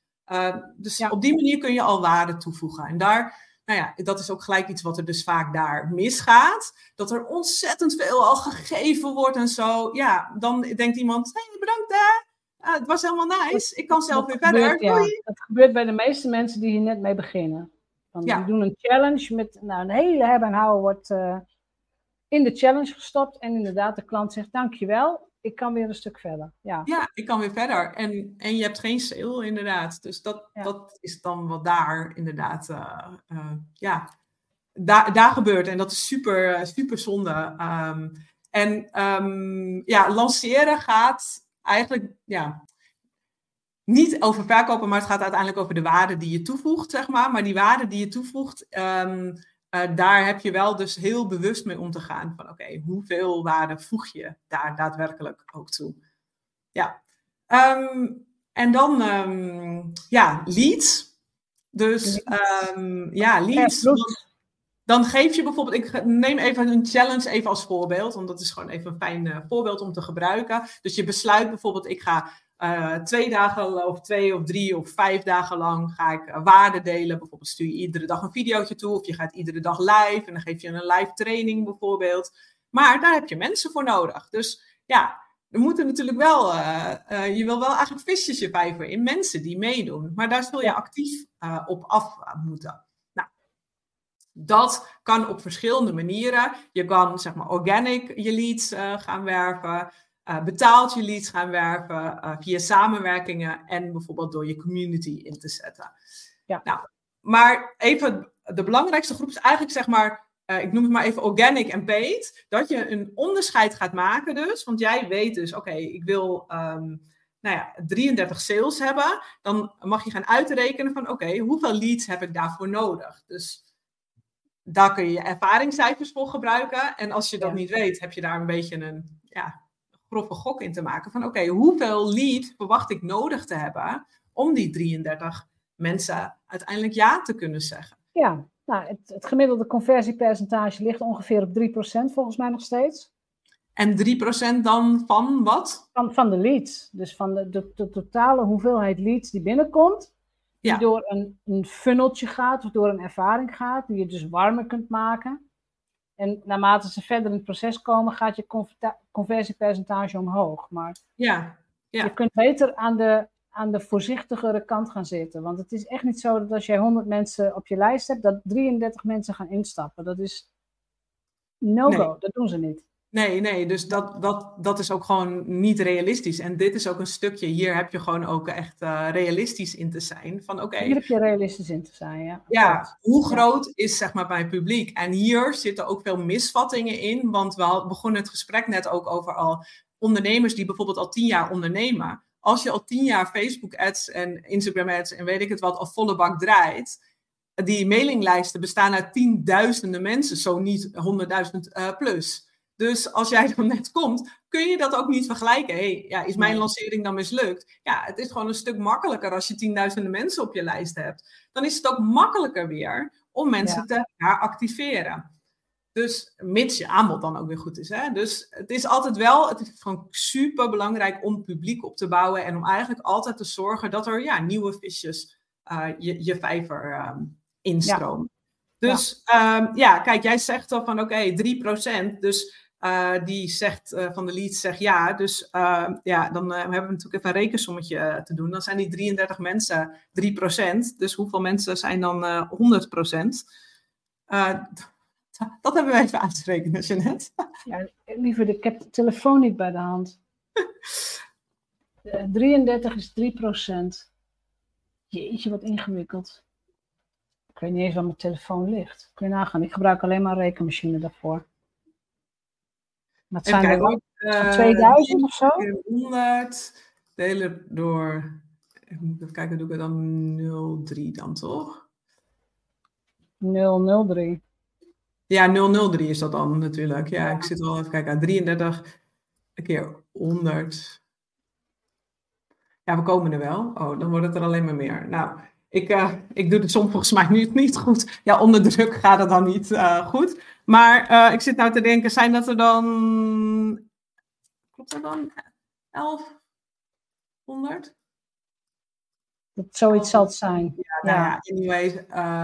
C: Op die manier kun je al waarde toevoegen. En daar, dat is ook gelijk iets wat er dus vaak daar misgaat. Dat er ontzettend veel al gegeven wordt en zo. Ja, dan denkt iemand, bedankt hè. Het was helemaal nice. Ik kan zelf weer verder.
B: Dat gebeurt bij de meeste mensen die hier net mee beginnen. Die doen een challenge met een hele hebben en houden wordt in de challenge gestopt. En inderdaad, de klant zegt dankjewel. Ik kan weer een stuk verder. Ja,
C: ik kan weer verder. En je hebt geen sale inderdaad. Dus dat is dan wat daar inderdaad daar gebeurt. En dat is super, super zonde. Lanceren gaat eigenlijk niet over verkopen, maar het gaat uiteindelijk over de waarde die je toevoegt, zeg maar. Maar die waarde die je toevoegt, daar heb je wel dus heel bewust mee om te gaan. Van hoeveel waarde voeg je daar daadwerkelijk ook toe? Ja. En dan, leads. Dus, leads. Dan geef je bijvoorbeeld, ik neem even een challenge even als voorbeeld, want dat is gewoon even een fijn voorbeeld om te gebruiken. Dus je besluit bijvoorbeeld, ik ga 2 dagen of 2 of 3 of 5 dagen lang ga ik waarde delen. Bijvoorbeeld stuur je iedere dag een videootje toe of je gaat iedere dag live en dan geef je een live training bijvoorbeeld. Maar daar heb je mensen voor nodig. Dus er moeten natuurlijk wel, je wil wel eigenlijk visjes je vijver in mensen die meedoen. Maar daar zul je actief op af moeten. Dat kan op verschillende manieren. Je kan zeg maar organic je leads gaan werven. Betaald je leads gaan werven. Via samenwerkingen. En bijvoorbeeld door je community in te zetten.
B: Ja.
C: Nou, maar even de belangrijkste groep is eigenlijk zeg maar. Ik noem het maar even organic en paid. Dat je een onderscheid gaat maken dus. Want jij weet dus, ik wil 33 sales hebben. Dan mag je gaan uitrekenen van hoeveel leads heb ik daarvoor nodig. Dus daar kun je ervaringscijfers voor gebruiken. En als je dat niet weet, heb je daar een beetje een grove gok in te maken. Van hoeveel lead verwacht ik nodig te hebben om die 33 mensen uiteindelijk ja te kunnen zeggen?
B: Ja, het gemiddelde conversiepercentage ligt ongeveer op 3% volgens mij nog steeds.
C: En 3% dan van wat?
B: Van de leads. Dus van de totale hoeveelheid leads die binnenkomt. Die door een funneltje gaat, of door een ervaring gaat, die je dus warmer kunt maken. En naarmate ze verder in het proces komen, gaat je conversiepercentage omhoog. Maar je kunt beter aan de voorzichtigere kant gaan zitten. Want het is echt niet zo dat als jij 100 mensen op je lijst hebt, dat 33 mensen gaan instappen. Dat is no-go, dat doen ze niet.
C: Nee, dus dat is ook gewoon niet realistisch. En dit is ook een stukje, hier heb je gewoon ook echt realistisch in te zijn. Van oké,
B: Hier heb je realistisch in te zijn, ja.
C: ja, hoe groot is zeg maar mijn publiek? En hier zitten ook veel misvattingen in, want we begonnen het gesprek net ook over al ondernemers die bijvoorbeeld al 10 jaar ondernemen. Als je al 10 jaar Facebook ads en Instagram ads en weet ik het wat al volle bak draait, die mailinglijsten bestaan uit tienduizenden mensen, zo niet 100.000 plus. Dus als jij dan net komt, kun je dat ook niet vergelijken. Hey, ja, is mijn lancering dan mislukt? Ja, het is gewoon een stuk makkelijker als je tienduizenden mensen op je lijst hebt. Dan is het ook makkelijker weer om mensen te heractiveren. Dus mits je aanbod dan ook weer goed is. Hè? Dus het is altijd wel, het is gewoon super belangrijk om publiek op te bouwen. En om eigenlijk altijd te zorgen dat er nieuwe visjes je vijver instromen. Dus kijk, jij zegt al van oké, 3%. Dus die zegt van de leads zegt ja. Dus dan hebben we natuurlijk even een rekensommetje te doen. Dan zijn die 33 mensen 3%. Dus hoeveel mensen zijn dan 100%? Dat hebben we even uitgerekend, Jeanette.
B: Ja, lieverd, ik heb de telefoon niet bij de hand. 33 is 3%. Jeetje, wat ingewikkeld. Ik weet niet eens waar mijn telefoon ligt. Kun je nagaan, ik gebruik alleen maar een rekenmachine daarvoor. Maar het zijn er wel 2000 of zo?
C: 100 delen door, even kijken, doe ik het dan 0,3 dan toch?
B: 003.
C: Ja, 003 is dat dan natuurlijk. Ja, ik zit wel even kijken. 33 keer 100. Ja, we komen er wel. Oh, dan wordt het er alleen maar meer. Nou, ik doe de som volgens mij nu niet goed. Ja, onder druk gaat het dan niet goed. Maar ik zit nou te denken, zijn dat er dan... Klopt dat dan? 1100?
B: Dat zoiets zal het zijn.
C: Anyways.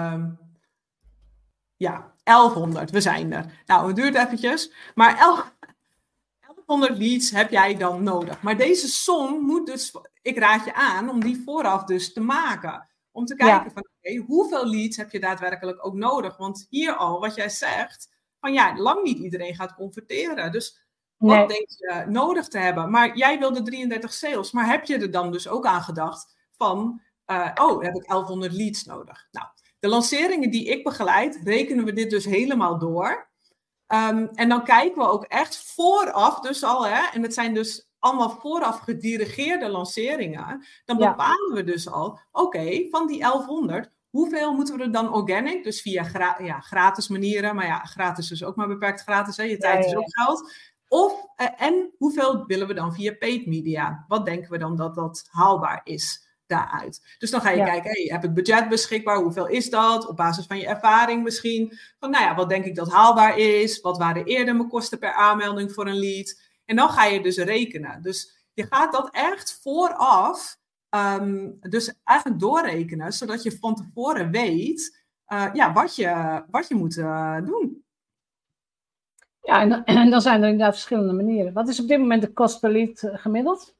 C: Ja, 1100. We zijn er. Nou, het duurt eventjes. Maar 1100 leads heb jij dan nodig. Maar deze som moet dus... Ik raad je aan om die vooraf dus te maken. Om te kijken van hoeveel leads heb je daadwerkelijk ook nodig? Want hier al, wat jij zegt, van lang niet iedereen gaat converteren. Dus wat denk je nodig te hebben? Maar jij wilde 33 sales, maar heb je er dan dus ook aan gedacht van, heb ik 1100 leads nodig? Nou, de lanceringen die ik begeleid, rekenen we dit dus helemaal door. En dan kijken we ook echt vooraf dus al, en het zijn dus allemaal vooraf gedirigeerde lanceringen, dan bepalen we dus al, van die 1100, hoeveel moeten we er dan organic, dus via gratis manieren, maar gratis is ook maar beperkt gratis, je tijd is ook geld. En hoeveel willen we dan via paid media? Wat denken we dan dat haalbaar is daaruit? Dus dan ga je kijken, heb ik budget beschikbaar? Hoeveel is dat? Op basis van je ervaring misschien. Van wat denk ik dat haalbaar is? Wat waren eerder mijn kosten per aanmelding voor een lead? En dan ga je dus rekenen. Dus je gaat dat echt vooraf dus eigenlijk doorrekenen, zodat je van tevoren weet wat je moet doen.
B: Ja, en dan zijn er inderdaad verschillende manieren. Wat is op dit moment de kost per lead gemiddeld?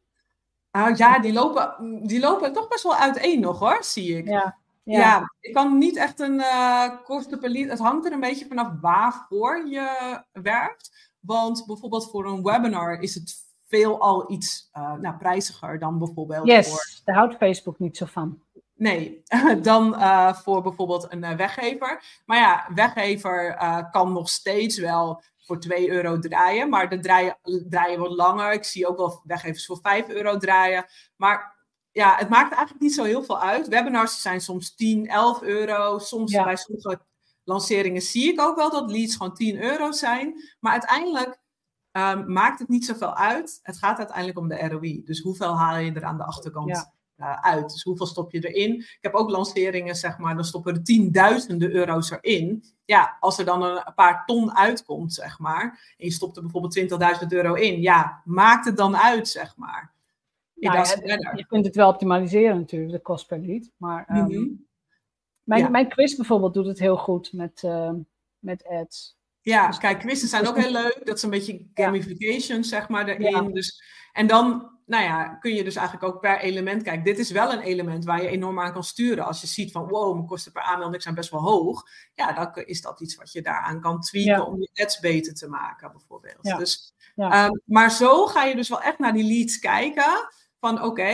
C: Die lopen toch best wel uiteen nog hoor, zie ik. Ja, ik kan niet echt een kosten per lead. Het hangt er een beetje vanaf waarvoor je werkt. Want bijvoorbeeld voor een webinar is het veelal iets prijziger dan bijvoorbeeld
B: daar houdt Facebook niet zo van.
C: Nee, dan voor bijvoorbeeld een weggever. Maar weggever kan nog steeds wel voor €2 draaien. Maar de draaien wat langer. Ik zie ook wel weggevers voor €5 draaien. Maar het maakt eigenlijk niet zo heel veel uit. Webinars zijn soms 10, €11. Soms bij sommige lanceringen zie ik ook wel dat leads gewoon €10 zijn. Maar uiteindelijk maakt het niet zoveel uit. Het gaat uiteindelijk om de ROI. Dus hoeveel haal je er aan de achterkant uit? Dus hoeveel stop je erin? Ik heb ook lanceringen, zeg maar, dan stoppen er tienduizenden euro's erin. Ja, als er dan een paar ton uitkomt, zeg maar, en je stopt er bijvoorbeeld €20.000 in, maakt het dan uit, zeg maar.
B: Je kunt het wel optimaliseren natuurlijk, de kost per lead. Maar mijn quiz bijvoorbeeld doet het heel goed met ads.
C: Ja, dus kijk, quizzen zijn ook heel leuk. Dat is een beetje gamification, zeg maar, erin. Ja. Dus, en dan nou ja, kun je dus eigenlijk ook per element kijken. Dit is wel een element waar je enorm aan kan sturen. Als je ziet van, wow, mijn kosten per aanmelding zijn best wel hoog. Ja, dan is dat iets wat je daaraan kan tweaken om je ads beter te maken, bijvoorbeeld.
B: Ja.
C: Dus,
B: Ja.
C: maar zo ga je dus wel echt naar die leads kijken. Van oké,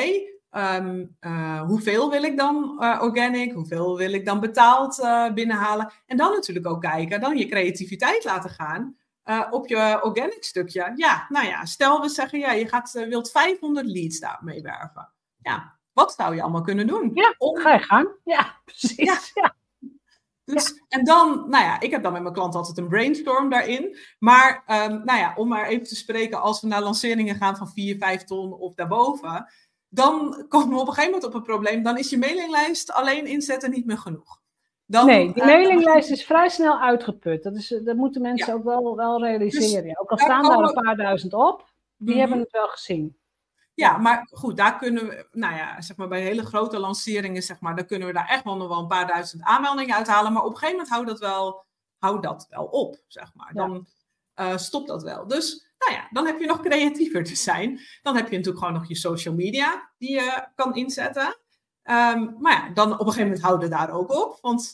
C: hoeveel wil ik dan organic? Hoeveel wil ik dan betaald binnenhalen? En dan natuurlijk ook kijken, dan je creativiteit laten gaan. Op je organic stukje. Ja, nou ja, stel we zeggen, ja, je wilt 500 leads daarmee werven. Ja, wat zou je allemaal kunnen doen?
B: Ja, ga je gang. Ja, precies. Ja.
C: Dus, en dan, nou ja, ik heb dan met mijn klant altijd een brainstorm daarin. Maar, nou ja, om maar even te spreken, als we naar lanceringen gaan van 4, 5 ton of daarboven, dan komen we op een gegeven moment op een probleem. Dan is je mailinglijst alleen inzetten niet meer genoeg.
B: Nee, die mailinglijst is vrij snel uitgeput. Dat moeten mensen ook wel realiseren. Dus, ook al staan daar een paar duizend op, die hebben het wel gezien.
C: Ja, maar goed, daar kunnen we, nou ja, zeg maar bij hele grote lanceringen, zeg maar, dan kunnen we daar echt wel nog wel een paar duizend aanmeldingen uithalen. Maar op een gegeven moment houdt dat wel op, zeg maar. Dan stopt dat wel. Dus, nou ja, dan heb je nog creatiever te zijn. Dan heb je natuurlijk gewoon nog je social media die je kan inzetten. Maar ja, dan op een gegeven moment houden we daar ook op. Want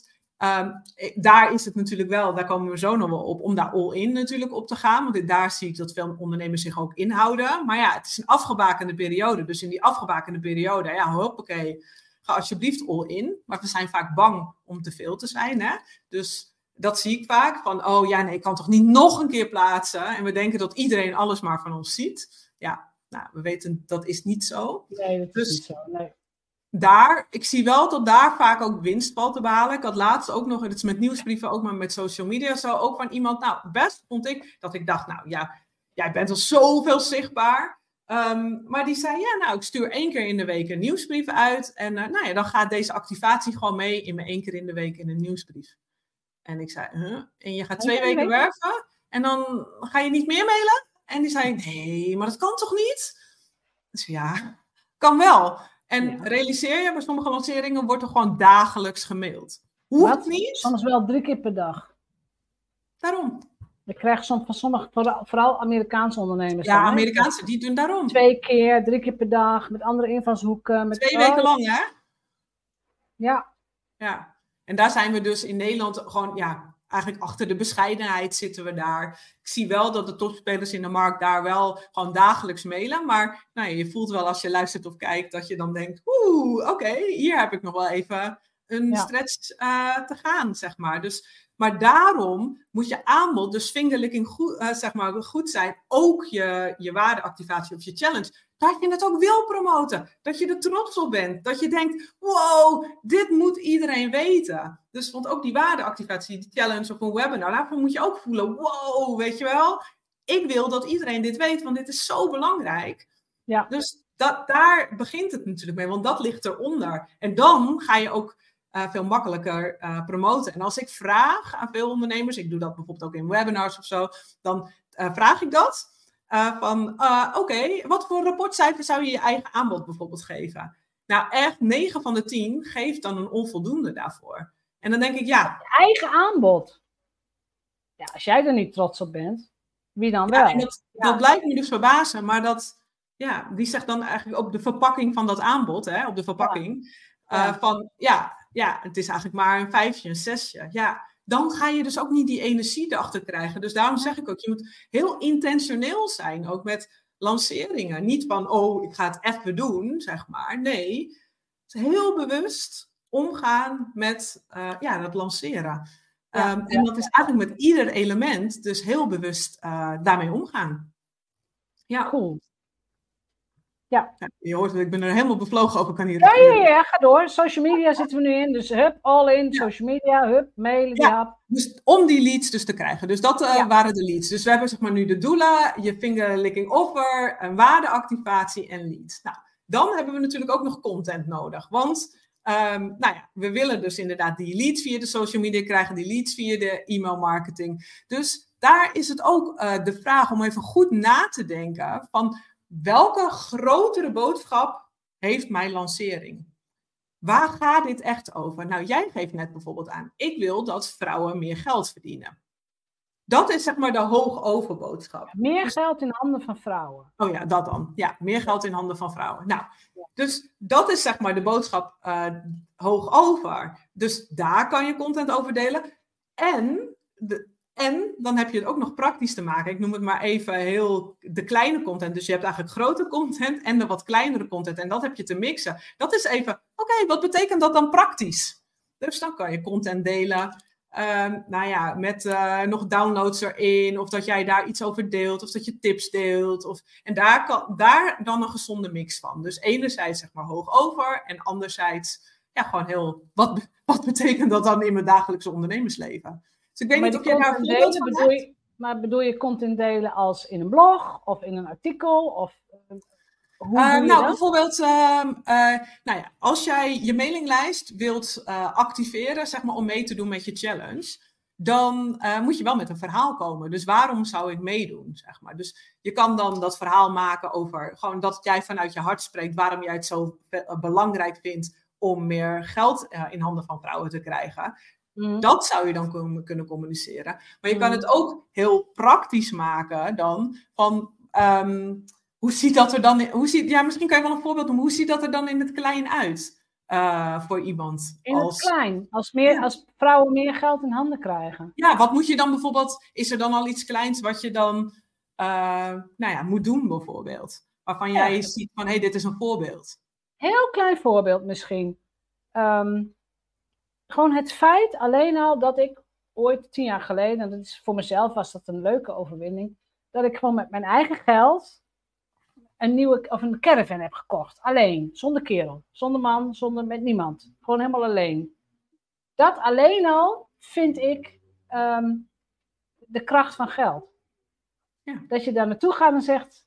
C: daar is het natuurlijk wel, daar komen we zo nog wel op, om daar all-in natuurlijk op te gaan. Want daar zie ik dat veel ondernemers zich ook inhouden. Maar ja, het is een afgebakende periode. Dus in die afgebakende periode, ja, hoppakee, ga alsjeblieft all-in. Maar we zijn vaak bang om te veel te zijn, hè. Dus dat zie ik vaak. Van, oh ja, nee, ik kan toch niet nog een keer plaatsen. En we denken dat iedereen alles maar van ons ziet. Ja, nou, we weten, dat is niet zo.
B: Nee, dat is niet zo, nee.
C: Ik zie wel dat daar vaak ook winst valt te behalen. Ik had laatst ook nog, het is met nieuwsbrieven, ook maar met social media zo, ook van iemand, nou, best vond ik, dat ik dacht, nou ja, jij bent al zoveel zichtbaar. Maar die zei, ja, nou, ik stuur 1 keer in de week een nieuwsbrief uit. En nou ja, dan gaat deze activatie gewoon mee in mijn 1 keer in de week in een nieuwsbrief. En ik zei, en je gaat 2 weken werven en dan ga je niet meer mailen? En die zei, nee, maar dat kan toch niet? Dus ja, kan wel. En realiseer je, bij sommige lanceringen wordt er gewoon dagelijks gemaild. Hoeft niet.
B: Soms wel 3 keer per dag.
C: Daarom.
B: Ik krijg soms van sommige, vooral Amerikaanse ondernemers.
C: Ja, Amerikaanse, die doen daarom.
B: 2 keer, 3 keer per dag, met andere invalshoeken. Met
C: 2 weken lang, hè?
B: Ja.
C: Ja. En daar zijn we dus in Nederland gewoon, ja, eigenlijk achter de bescheidenheid zitten we daar. Ik zie wel dat de topspelers in de markt daar wel gewoon dagelijks mailen. Maar nou ja, je voelt wel als je luistert of kijkt dat je dan denkt, oké, hier heb ik nog wel even een stretch te gaan, zeg maar. Dus, maar daarom moet je aanbod, dus fingerlicking goed zijn. Ook je waardeactivatie of je challenge. Dat je het ook wil promoten. Dat je er trots op bent. Dat je denkt, wow, dit moet iedereen weten. Dus want ook die waardeactivatie, die challenge of een webinar, daarvoor moet je ook voelen, wow, weet je wel. Ik wil dat iedereen dit weet, want dit is zo belangrijk.
B: Ja.
C: Dus daar begint het natuurlijk mee, want dat ligt eronder. En dan ga je ook veel makkelijker promoten. En als ik vraag aan veel ondernemers, ik doe dat bijvoorbeeld ook in webinars of zo, dan vraag ik dat. Oké, wat voor rapportcijfer zou je je eigen aanbod bijvoorbeeld geven? Nou, echt 9 van de 10 geeft dan een onvoldoende daarvoor. En dan denk ik, ja.
B: Je eigen aanbod. Ja, als jij er niet trots op bent, wie dan wel?
C: En dat blijft me dus verbazen, maar die zegt dan eigenlijk op de verpakking van dat aanbod, hè, op de verpakking, het is eigenlijk maar een 5'tje, een 6'tje. Ja. Dan ga je dus ook niet die energie erachter krijgen. Dus daarom zeg ik ook, je moet heel intentioneel zijn, ook met lanceringen. Niet van, ik ga het even doen, zeg maar. Nee, heel bewust omgaan met dat lanceren. En dat is eigenlijk met ieder element dus heel bewust daarmee omgaan. Ja,
B: cool. Ja.
C: Je hoort dat ik ben er helemaal bevlogen over, kan hier.
B: Ja, ga door. Social media zitten we nu in. Dus all in, social media, mailen.
C: Dus om die leads dus te krijgen. Dus dat waren de leads. Dus we hebben zeg maar nu de doula, je fingerlicking offer, een waardeactivatie en leads. Nou, dan hebben we natuurlijk ook nog content nodig. Want we willen dus inderdaad die leads via de social media krijgen, die leads via de e-mail marketing. Dus daar is het ook de vraag om even goed na te denken van welke grotere boodschap heeft mijn lancering? Waar gaat dit echt over? Nou, jij geeft net bijvoorbeeld aan, ik wil dat vrouwen meer geld verdienen. Dat is zeg maar de hoogoverboodschap.
B: Meer geld in handen van vrouwen.
C: Oh ja, dat dan. Ja, meer geld in handen van vrouwen. Nou, dus dat is zeg maar de boodschap hoog over. Dus daar kan je content over delen. En dan heb je het ook nog praktisch te maken. Ik noem het maar even heel de kleine content. Dus je hebt eigenlijk grote content en de wat kleinere content. En dat heb je te mixen. Dat is even, oké, wat betekent dat dan praktisch? Dus dan kan je content delen. Met nog downloads erin. Of dat jij daar iets over deelt. Of dat je tips deelt. En daar dan een gezonde mix van. Dus enerzijds zeg maar hoog over. En anderzijds gewoon heel... Wat betekent dat dan in mijn dagelijkse ondernemersleven? Dus ik weet niet of jij daar een voorbeeld van hebt.
B: Maar bedoel je content delen als in een blog? Of in een artikel? Of...
C: Bijvoorbeeld, als jij je mailinglijst wilt activeren, zeg maar, om mee te doen met je challenge, dan moet je wel met een verhaal komen. Dus waarom zou ik meedoen, zeg maar. Dus je kan dan dat verhaal maken over gewoon dat jij vanuit je hart spreekt, waarom jij het zo belangrijk vindt om meer geld in handen van vrouwen te krijgen. Dat zou je dan kunnen communiceren. Maar je kan het ook heel praktisch maken dan van... hoe ziet dat er dan... misschien kan je wel een voorbeeld noemen. Hoe ziet dat er dan in het klein uit voor iemand?
B: Het klein. Als vrouwen meer geld in handen krijgen.
C: Ja, wat moet je dan bijvoorbeeld... Is er dan al iets kleins wat je dan moet doen bijvoorbeeld? Waarvan jij ziet van, dit is een voorbeeld.
B: Heel klein voorbeeld misschien. Gewoon het feit alleen al dat ik ooit 10 jaar geleden... En dat is voor mezelf was dat een leuke overwinning. Dat ik gewoon met mijn eigen geld... een caravan heb gekocht. Alleen. Zonder kerel. Zonder man. Met niemand. Gewoon helemaal alleen. Dat alleen al vind ik de kracht van geld. Ja. Dat je daar naartoe gaat en zegt...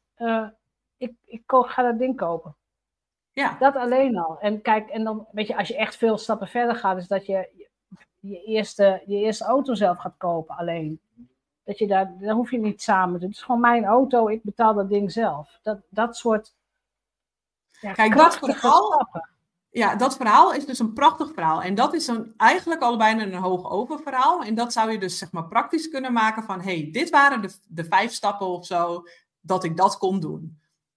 B: ik ga dat ding kopen. Ja. Dat alleen al. En kijk, en dan weet je, als je echt veel stappen verder gaat... is dat je eerste auto zelf gaat kopen alleen. Dat je dan hoef je niet samen te doen. Het is gewoon mijn auto, ik betaal dat ding zelf. Dat soort
C: kijk, dat verhaal is dus een prachtig verhaal. En dat is eigenlijk al bijna een hoog over verhaal. En dat zou je dus zeg maar praktisch kunnen maken van... dit waren de 5 stappen of zo dat ik dat kon doen.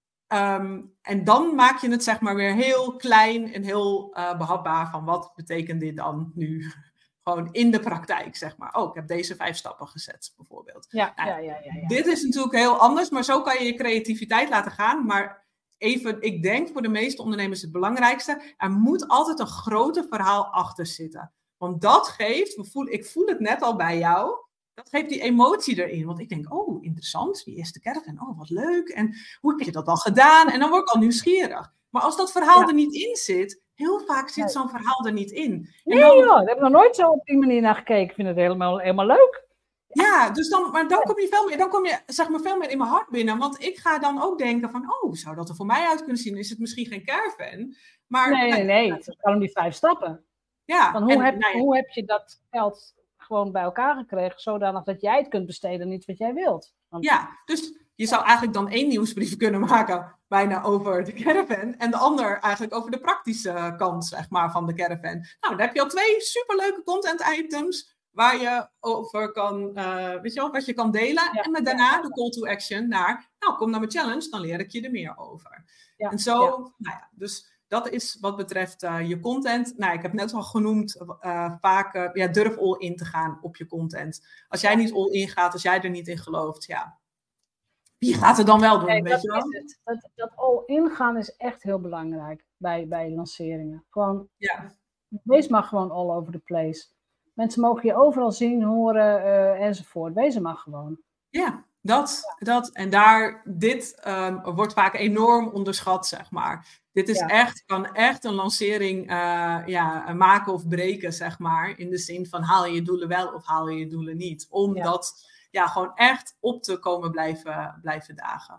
C: En dan maak je het zeg maar weer heel klein en heel behapbaar van wat betekent dit dan nu... Gewoon in de praktijk, zeg maar. Ik heb deze 5 stappen gezet, bijvoorbeeld. Ja. Dit is natuurlijk heel anders, maar zo kan je je creativiteit laten gaan. Maar even, ik denk voor de meeste ondernemers het belangrijkste. Er moet altijd een groter verhaal achter zitten. Want dat geeft, ik voel het net al bij jou, dat geeft die emotie erin. Want ik denk, interessant, die eerste caravan, wat leuk. En hoe heb je dat dan gedaan? En dan word ik al nieuwsgierig. Maar als dat verhaal er niet in zit... Heel vaak zit zo'n verhaal er niet in.
B: Daar heb ik nog nooit zo op die manier naar gekeken. Ik vind het helemaal leuk.
C: Ja, dus dan kom je zeg maar veel meer in mijn hart binnen. Want ik ga dan ook denken van, zou dat er voor mij uit kunnen zien? Is het misschien geen caravan? Maar,
B: nee. Het gaat om die 5 stappen. Ja. Van hoe heb je dat geld gewoon bij elkaar gekregen, zodanig dat jij het kunt besteden en niet wat jij wilt? Want...
C: Ja, dus je zou eigenlijk dan 1 nieuwsbrief kunnen maken, bijna over de caravan, en de ander eigenlijk over de praktische kant, zeg maar, van de caravan. Nou, dan heb je al 2 superleuke content items waar je over kan, wat je kan delen. Ja, en daarna de call to action naar, kom naar mijn challenge, dan leer ik je er meer over. Ja, en zo, dus dat is wat betreft je content. Nou, ik heb net al genoemd, vaak durf all in te gaan op je content. Als jij niet all in gaat, als jij er niet in gelooft, wie gaat het dan wel doen?
B: Nee, weet je wel? Dat all in gaan is echt heel belangrijk bij lanceringen. Gewoon, wees maar gewoon all over the place. Mensen mogen je overal zien, horen enzovoort. Wees er maar gewoon.
C: Ja, dat. En dit wordt vaak enorm onderschat, zeg maar. Dit is kan echt een lancering maken of breken, zeg maar. In de zin van haal je doelen wel of haal je doelen niet. Omdat gewoon echt op te komen blijven dagen.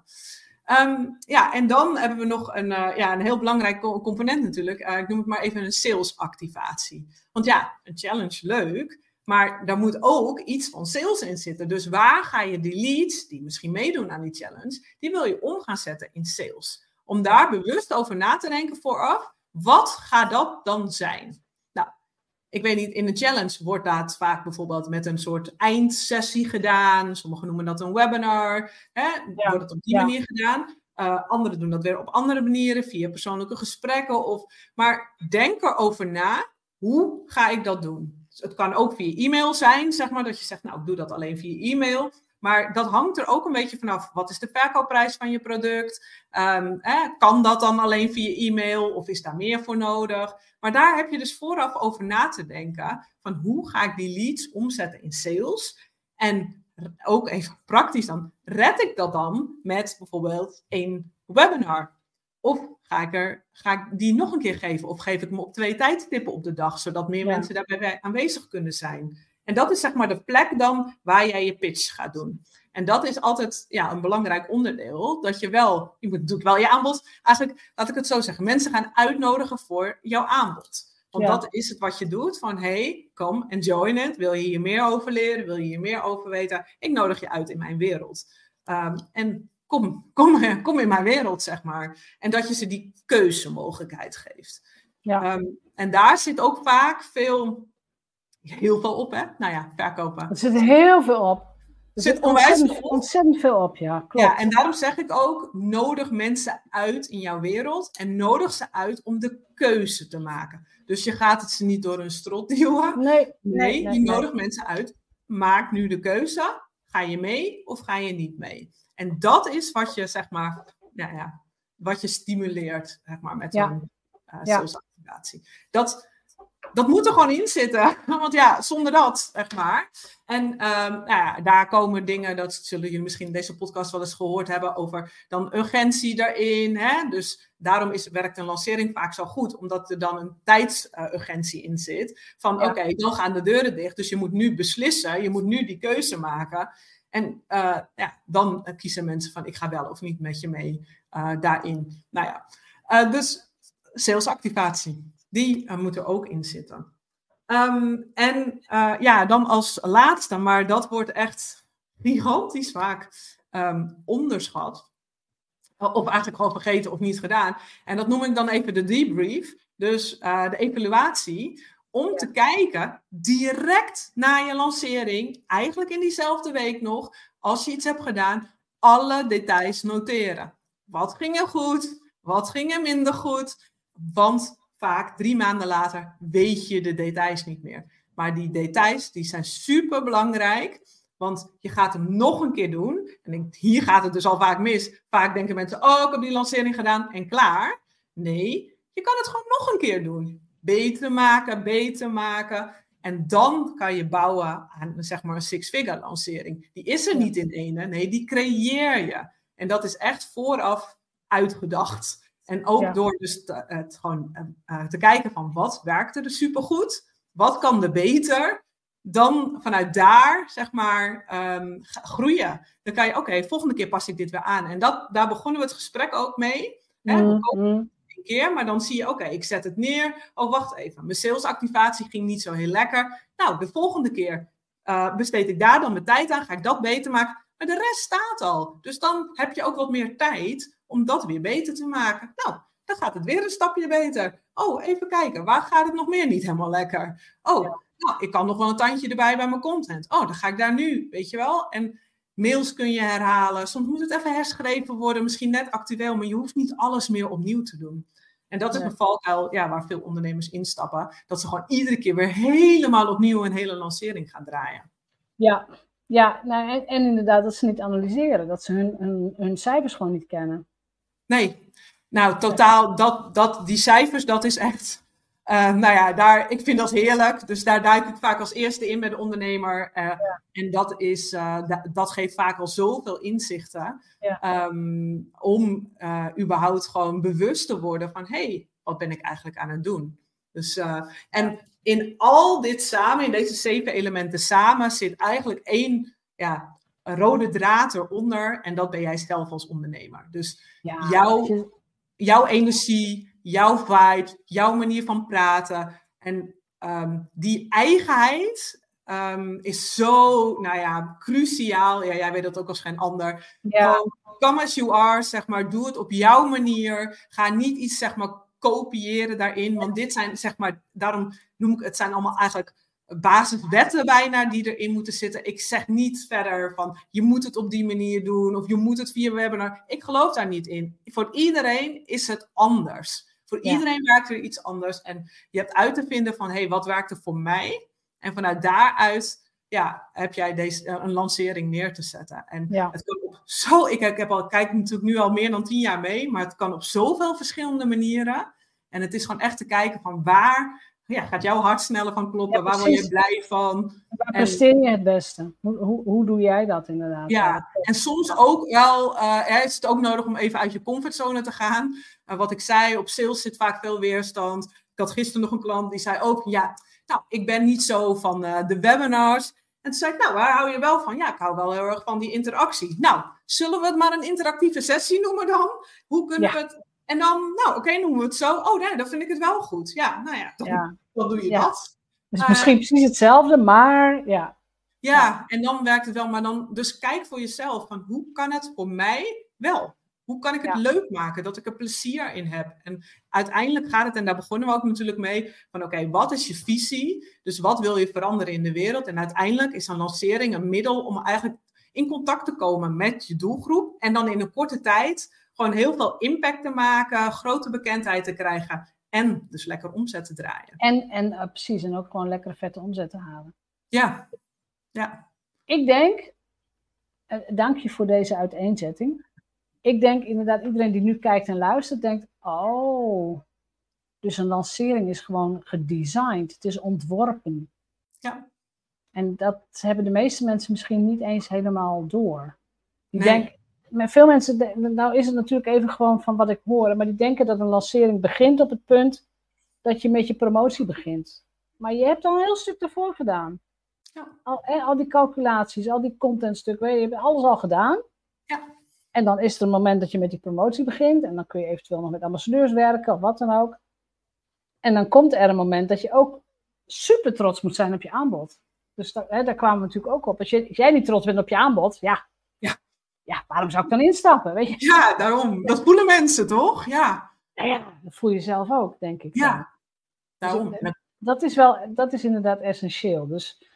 C: En dan hebben we nog een heel belangrijk component natuurlijk. Ik noem het maar even een salesactivatie. Want een challenge leuk, maar daar moet ook iets van sales in zitten. Dus waar ga je die leads, die misschien meedoen aan die challenge, die wil je om gaan zetten in sales. Om daar bewust over na te denken vooraf, wat gaat dat dan zijn? Nou, ik weet niet, in een challenge wordt dat vaak bijvoorbeeld met een soort eindsessie gedaan. Sommigen noemen dat een webinar. Wordt het op die manier gedaan. Anderen doen dat weer op andere manieren, via persoonlijke gesprekken. Maar denk erover na, hoe ga ik dat doen? Dus het kan ook via e-mail zijn, zeg maar, dat je zegt, nou, ik doe dat alleen via e-mail. Maar dat hangt er ook een beetje vanaf. Wat is de verkoopprijs van je product? Kan dat dan alleen via e-mail of is daar meer voor nodig? Maar daar heb je dus vooraf over na te denken. Van hoe ga ik die leads omzetten in sales? En ook even praktisch dan. Red ik dat dan met bijvoorbeeld een webinar? Of ga ik die nog een keer geven? Of geef ik me op 2 tijdstippen op de dag? Zodat meer mensen daarbij aanwezig kunnen zijn. En dat is zeg maar de plek dan waar jij je pitch gaat doen. En dat is altijd een belangrijk onderdeel. Dat je doet wel je aanbod. Eigenlijk, laat ik het zo zeggen. Mensen gaan uitnodigen voor jouw aanbod. Want dat is het wat je doet. Van hey, kom en join it. Wil je hier meer over leren? Wil je hier meer over weten? Ik nodig je uit in mijn wereld. En kom in mijn wereld, zeg maar. En dat je ze die keuzemogelijkheid geeft. Ja. En daar zit ook vaak heel veel op, hè? Nou ja, verkopen.
B: Er zit heel veel op.
C: Er zit ontzettend
B: veel op, ja. Klopt.
C: Ja, en daarom zeg ik ook, nodig mensen uit in jouw wereld en nodig ze uit om de keuze te maken. Dus je gaat het ze niet door een strot duwen. Nee, je nodigt mensen uit. Maak nu de keuze. Ga je mee of ga je niet mee? En dat is wat je, zeg maar, wat je stimuleert, zeg maar, met zo'n salesactivatie. Dat moet er gewoon in zitten. Want zonder dat, zeg maar. En daar komen dingen, dat zullen jullie misschien in deze podcast wel eens gehoord hebben, over dan urgentie daarin. Hè? Dus daarom werkt een lancering vaak zo goed, omdat er dan een tijdsurgentie in zit. Van oké, dan gaan de deuren dicht, dus je moet nu beslissen, je moet nu die keuze maken. En dan kiezen mensen van, ik ga wel of niet met je mee daarin. Dus salesactivatie. Die moet er ook in zitten. Dan als laatste, maar dat wordt echt gigantisch vaak onderschat. Of eigenlijk gewoon vergeten of niet gedaan. En dat noem ik dan even de debrief. Dus de evaluatie. Om te kijken, direct na je lancering, eigenlijk in diezelfde week nog, als je iets hebt gedaan, alle details noteren. Wat ging er goed? Wat ging er minder goed? Want vaak 3 maanden later weet je de details niet meer. Maar die details die zijn super belangrijk. Want je gaat hem nog een keer doen. En hier gaat het dus al vaak mis. Vaak denken mensen, ik heb die lancering gedaan en klaar. Nee, je kan het gewoon nog een keer doen. Beter maken. En dan kan je bouwen aan, zeg maar, een 6-figure lancering. Die is er niet in ene. Nee, die creëer je. En dat is echt vooraf uitgedacht. En ook door dus te kijken van wat werkte er supergoed, wat kan er beter, dan vanuit daar, zeg maar, groeien. Dan kan je, oké, volgende keer pas ik dit weer aan. En daar begonnen we het gesprek ook mee. Hè? We komen een keer, maar dan zie je, oké, ik zet het neer. Oh, wacht even, mijn salesactivatie ging niet zo heel lekker. Nou, de volgende keer besteed ik daar dan mijn tijd aan, ga ik dat beter maken. Maar de rest staat al. Dus dan heb je ook wat meer tijd om dat weer beter te maken. Nou, dan gaat het weer een stapje beter. Oh, even kijken. Waar gaat het nog meer niet helemaal lekker? Oh, ik kan nog wel een tandje erbij bij mijn content. Oh, dan ga ik daar nu, weet je wel. En mails kun je herhalen. Soms moet het even herschreven worden. Misschien net actueel, maar je hoeft niet alles meer opnieuw te doen. En dat is een valkuil waar veel ondernemers instappen. Dat ze gewoon iedere keer weer helemaal opnieuw een hele lancering gaan draaien.
B: Ja, nou, en inderdaad dat ze niet analyseren. Dat ze hun cijfers gewoon niet kennen.
C: Nee, nou totaal, die cijfers, dat is echt, ik vind dat heerlijk. Dus daar duik ik vaak als eerste in met de ondernemer. En dat geeft vaak al zoveel inzichten. Om überhaupt gewoon bewust te worden van, hey, wat ben ik eigenlijk aan het doen? Dus, en in al dit samen, in deze 7 elementen samen, zit eigenlijk één een rode draad eronder. En dat ben jij zelf als ondernemer. Dus jouw energie, jouw vibe, jouw manier van praten. En die eigenheid is zo, cruciaal. Ja, jij weet dat ook als geen ander. Come as you are, zeg maar. Doe het op jouw manier. Ga niet iets, zeg maar, kopiëren daarin. Want dit zijn, zeg maar, daarom het zijn allemaal eigenlijk basiswetten bijna die erin moeten zitten. Ik zeg niet verder van, je moet het op die manier doen, of je moet het via webinar. Ik geloof daar niet in. Voor iedereen is het anders. Voor iedereen werkt er iets anders. En je hebt uit te vinden van, wat werkt er voor mij? En vanuit daaruit heb jij een lancering neer te zetten. En het kan op kijk natuurlijk nu al meer dan 10 jaar mee, maar het kan op zoveel verschillende manieren. En het is gewoon echt te kijken van waar gaat jouw hart sneller van kloppen? Waar word je blij van?
B: Waar presteer je het beste? Hoe doe jij dat inderdaad?
C: Ja, en soms ook wel is het ook nodig om even uit je comfortzone te gaan. Wat ik zei, op sales zit vaak veel weerstand. Ik had gisteren nog een klant die zei ook, ik ben niet zo van de webinars. En toen zei ik, waar hou je wel van? Ja, ik hou wel heel erg van die interactie. Nou, zullen we het maar een interactieve sessie noemen dan? Hoe kunnen we het... En dan, noemen we het zo. Oh nee, dan vind ik het wel goed. Dan doe je dat.
B: Dus misschien precies hetzelfde, maar
C: Ja, en dan werkt het wel. Maar dan, dus kijk voor jezelf van, hoe kan het voor mij wel? Hoe kan ik het leuk maken, dat ik er plezier in heb? En uiteindelijk gaat het, en daar begonnen we ook natuurlijk mee, van wat is je visie? Dus wat wil je veranderen in de wereld? En uiteindelijk is een lancering een middel om eigenlijk in contact te komen met je doelgroep. En dan in een korte tijd gewoon heel veel impact te maken, grote bekendheid te krijgen en dus lekker omzet te draaien.
B: En precies, en ook gewoon lekkere vette omzet te halen.
C: Ja.
B: Ik denk, dank je voor deze uiteenzetting. Ik denk inderdaad, iedereen die nu kijkt en luistert, denkt, dus een lancering is gewoon gedesigned. Het is ontworpen.
C: Ja.
B: En dat hebben de meeste mensen misschien niet eens helemaal door. Ik denk, met veel mensen, nou is het natuurlijk even gewoon van wat ik hoor, maar die denken dat een lancering begint op het punt dat je met je promotie begint. Maar je hebt al een heel stuk ervoor gedaan.
C: Ja.
B: Al die calculaties, al die contentstukken, je hebt alles al gedaan.
C: Ja.
B: En dan is er een moment dat je met die promotie begint. En dan kun je eventueel nog met ambassadeurs werken of wat dan ook. En dan komt er een moment dat je ook super trots moet zijn op je aanbod. Dus daar kwamen we natuurlijk ook op. Als jij niet trots bent op je aanbod, waarom zou ik dan instappen? Weet je?
C: Ja, daarom. Dat voelen mensen, toch? Ja.
B: Dat voel je zelf ook, denk ik.
C: Ja, daarom.
B: Dus, dat is inderdaad essentieel. Dus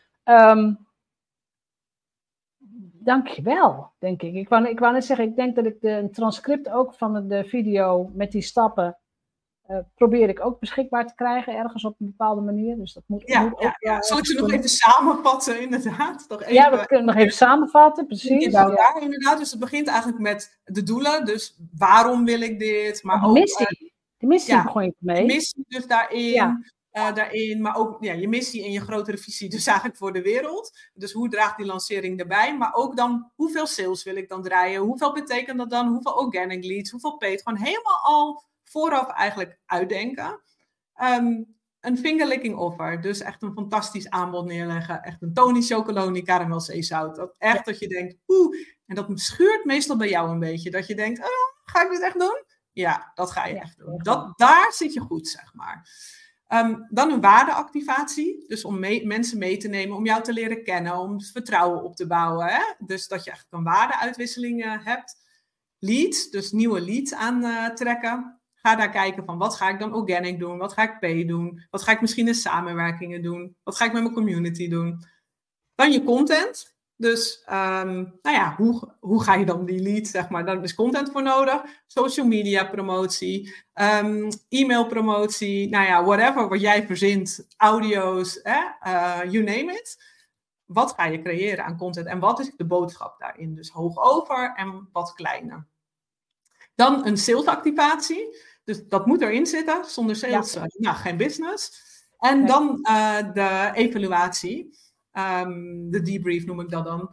B: dank je wel, denk ik. Ik wou net zeggen, ik denk dat ik een transcript ook van de video met die stappen probeer ik ook beschikbaar te krijgen, ergens op een bepaalde manier. Dus dat moet ook.
C: Zal ik ze nog even samenvatten, inderdaad?
B: We kunnen nog even samenvatten, precies.
C: Inderdaad. Dus het begint eigenlijk met de doelen. Dus waarom wil ik dit? Maar ook
B: de missie begon je mee.
C: De missie dus daarin. Maar ook je missie en je grotere visie dus eigenlijk voor de wereld. Dus hoe draagt die lancering erbij? Maar ook dan, hoeveel sales wil ik dan draaien? Hoeveel betekent dat dan? Hoeveel organic leads? Hoeveel paid? Gewoon helemaal al vooraf eigenlijk uitdenken. Een fingerlicking offer. Dus echt een fantastisch aanbod neerleggen. Echt een Tony Chocolonely caramel zeezout. Dat je denkt, en dat schuurt meestal bij jou een beetje. Dat je denkt, ga ik dit echt doen? Ja, dat ga je echt doen. Daar zit je goed, zeg maar. Dan een waardeactivatie. Dus om mensen mee te nemen, om jou te leren kennen, om vertrouwen op te bouwen. Hè? Dus dat je echt een waardeuitwisseling hebt. Leads, dus nieuwe leads aantrekken. Ga daar kijken van wat ga ik dan organic doen? Wat ga ik pay doen? Wat ga ik misschien in samenwerkingen doen? Wat ga ik met mijn community doen? Dan je content. Dus hoe ga je dan die leads, zeg maar? Daar is content voor nodig. Social media promotie, e-mail promotie, whatever wat jij verzint, audio's, you name it. Wat ga je creëren aan content en wat is de boodschap daarin? Dus hoog over en wat kleiner. Dan een salesactivatie. Dus dat moet erin zitten. Zonder sales, geen business. En dan de evaluatie. De debrief noem ik dat dan.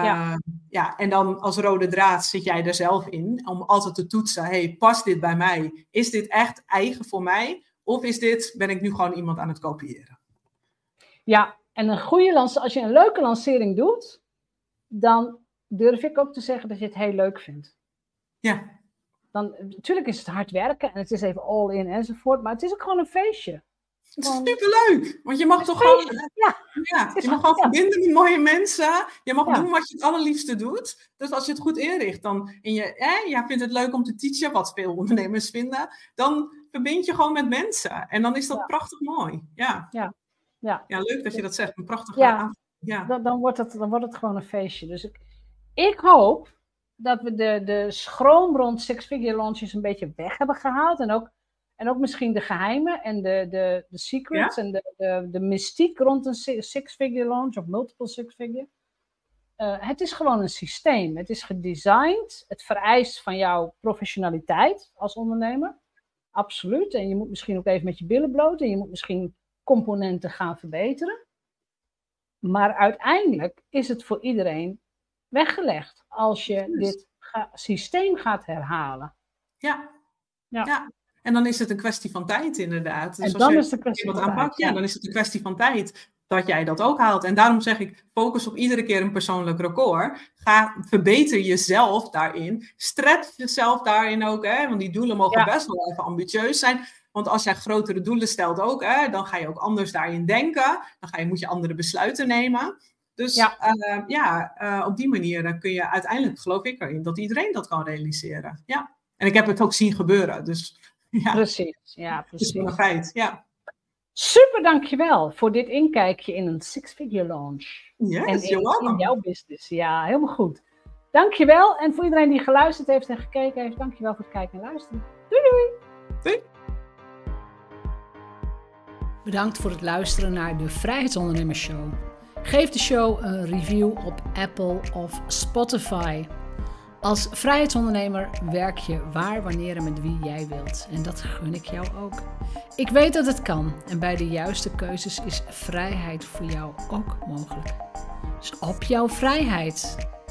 C: En dan als rode draad zit jij er zelf in. Om altijd te toetsen. Past dit bij mij? Is dit echt eigen voor mij? Of ben ik nu gewoon iemand aan het kopiëren?
B: Ja, en als je een leuke lancering doet. Dan durf ik ook te zeggen dat je het heel leuk vindt.
C: Ja.
B: Dan, natuurlijk is het hard werken. En het is even all in enzovoort. Maar het is ook gewoon een feestje.
C: Het is superleuk, want je mag toch gewoon, je mag gewoon verbinden met mooie mensen. Je mag doen wat je het allerliefste doet. Dus als je het goed inricht, dan je vindt het leuk om te teachen, wat veel ondernemers vinden, dan verbind je gewoon met mensen. En dan is dat prachtig mooi. Ja.
B: Ja.
C: Ja, leuk dat je dat zegt. Een prachtige
B: Ja.
C: aanvulling. Ja.
B: Dan wordt het gewoon een feestje. Dus ik hoop dat we de schroom rond six-figure launches een beetje weg hebben gehaald. En ook misschien de geheimen en de secrets en de mystiek rond een six-figure launch of multiple six-figure. Het is gewoon een systeem. Het is gedesigned. Het vereist van jouw professionaliteit als ondernemer. Absoluut. En je moet misschien ook even met je billen bloot. En je moet misschien componenten gaan verbeteren. Maar uiteindelijk is het voor iedereen weggelegd. Als je dit systeem gaat herhalen.
C: Ja. En dan is het een kwestie van tijd inderdaad. Dus
B: en dan is het een kwestie
C: wat
B: van
C: aanpakt,
B: tijd.
C: dan is het een kwestie van tijd dat jij dat ook haalt. En daarom zeg ik, focus op iedere keer een persoonlijk record. Verbeter jezelf daarin. Stretch jezelf daarin ook. Want die doelen mogen best wel even ambitieus zijn. Want als jij grotere doelen stelt ook, dan ga je ook anders daarin denken. Dan moet je andere besluiten nemen. Dus op die manier kun je uiteindelijk, geloof ik erin, dat iedereen dat kan realiseren. Ja. En ik heb het ook zien gebeuren. Dus ja.
B: Precies, ja, precies.
C: Dat is een feit, ja.
B: Super, dankjewel voor dit inkijkje in een six-figure launch.
C: Yes,
B: en in jouw business. Ja, helemaal goed. Dankjewel. En voor iedereen die geluisterd heeft en gekeken heeft, dankjewel voor het kijken en luisteren. Doei doei!
C: Doei!
A: Bedankt voor het luisteren naar de Vrijheidsondernemers Show. Geef de show een review op Apple of Spotify. Als vrijheidsondernemer werk je waar, wanneer en met wie jij wilt. En dat gun ik jou ook. Ik weet dat het kan. En bij de juiste keuzes is vrijheid voor jou ook mogelijk. Dus op jouw vrijheid.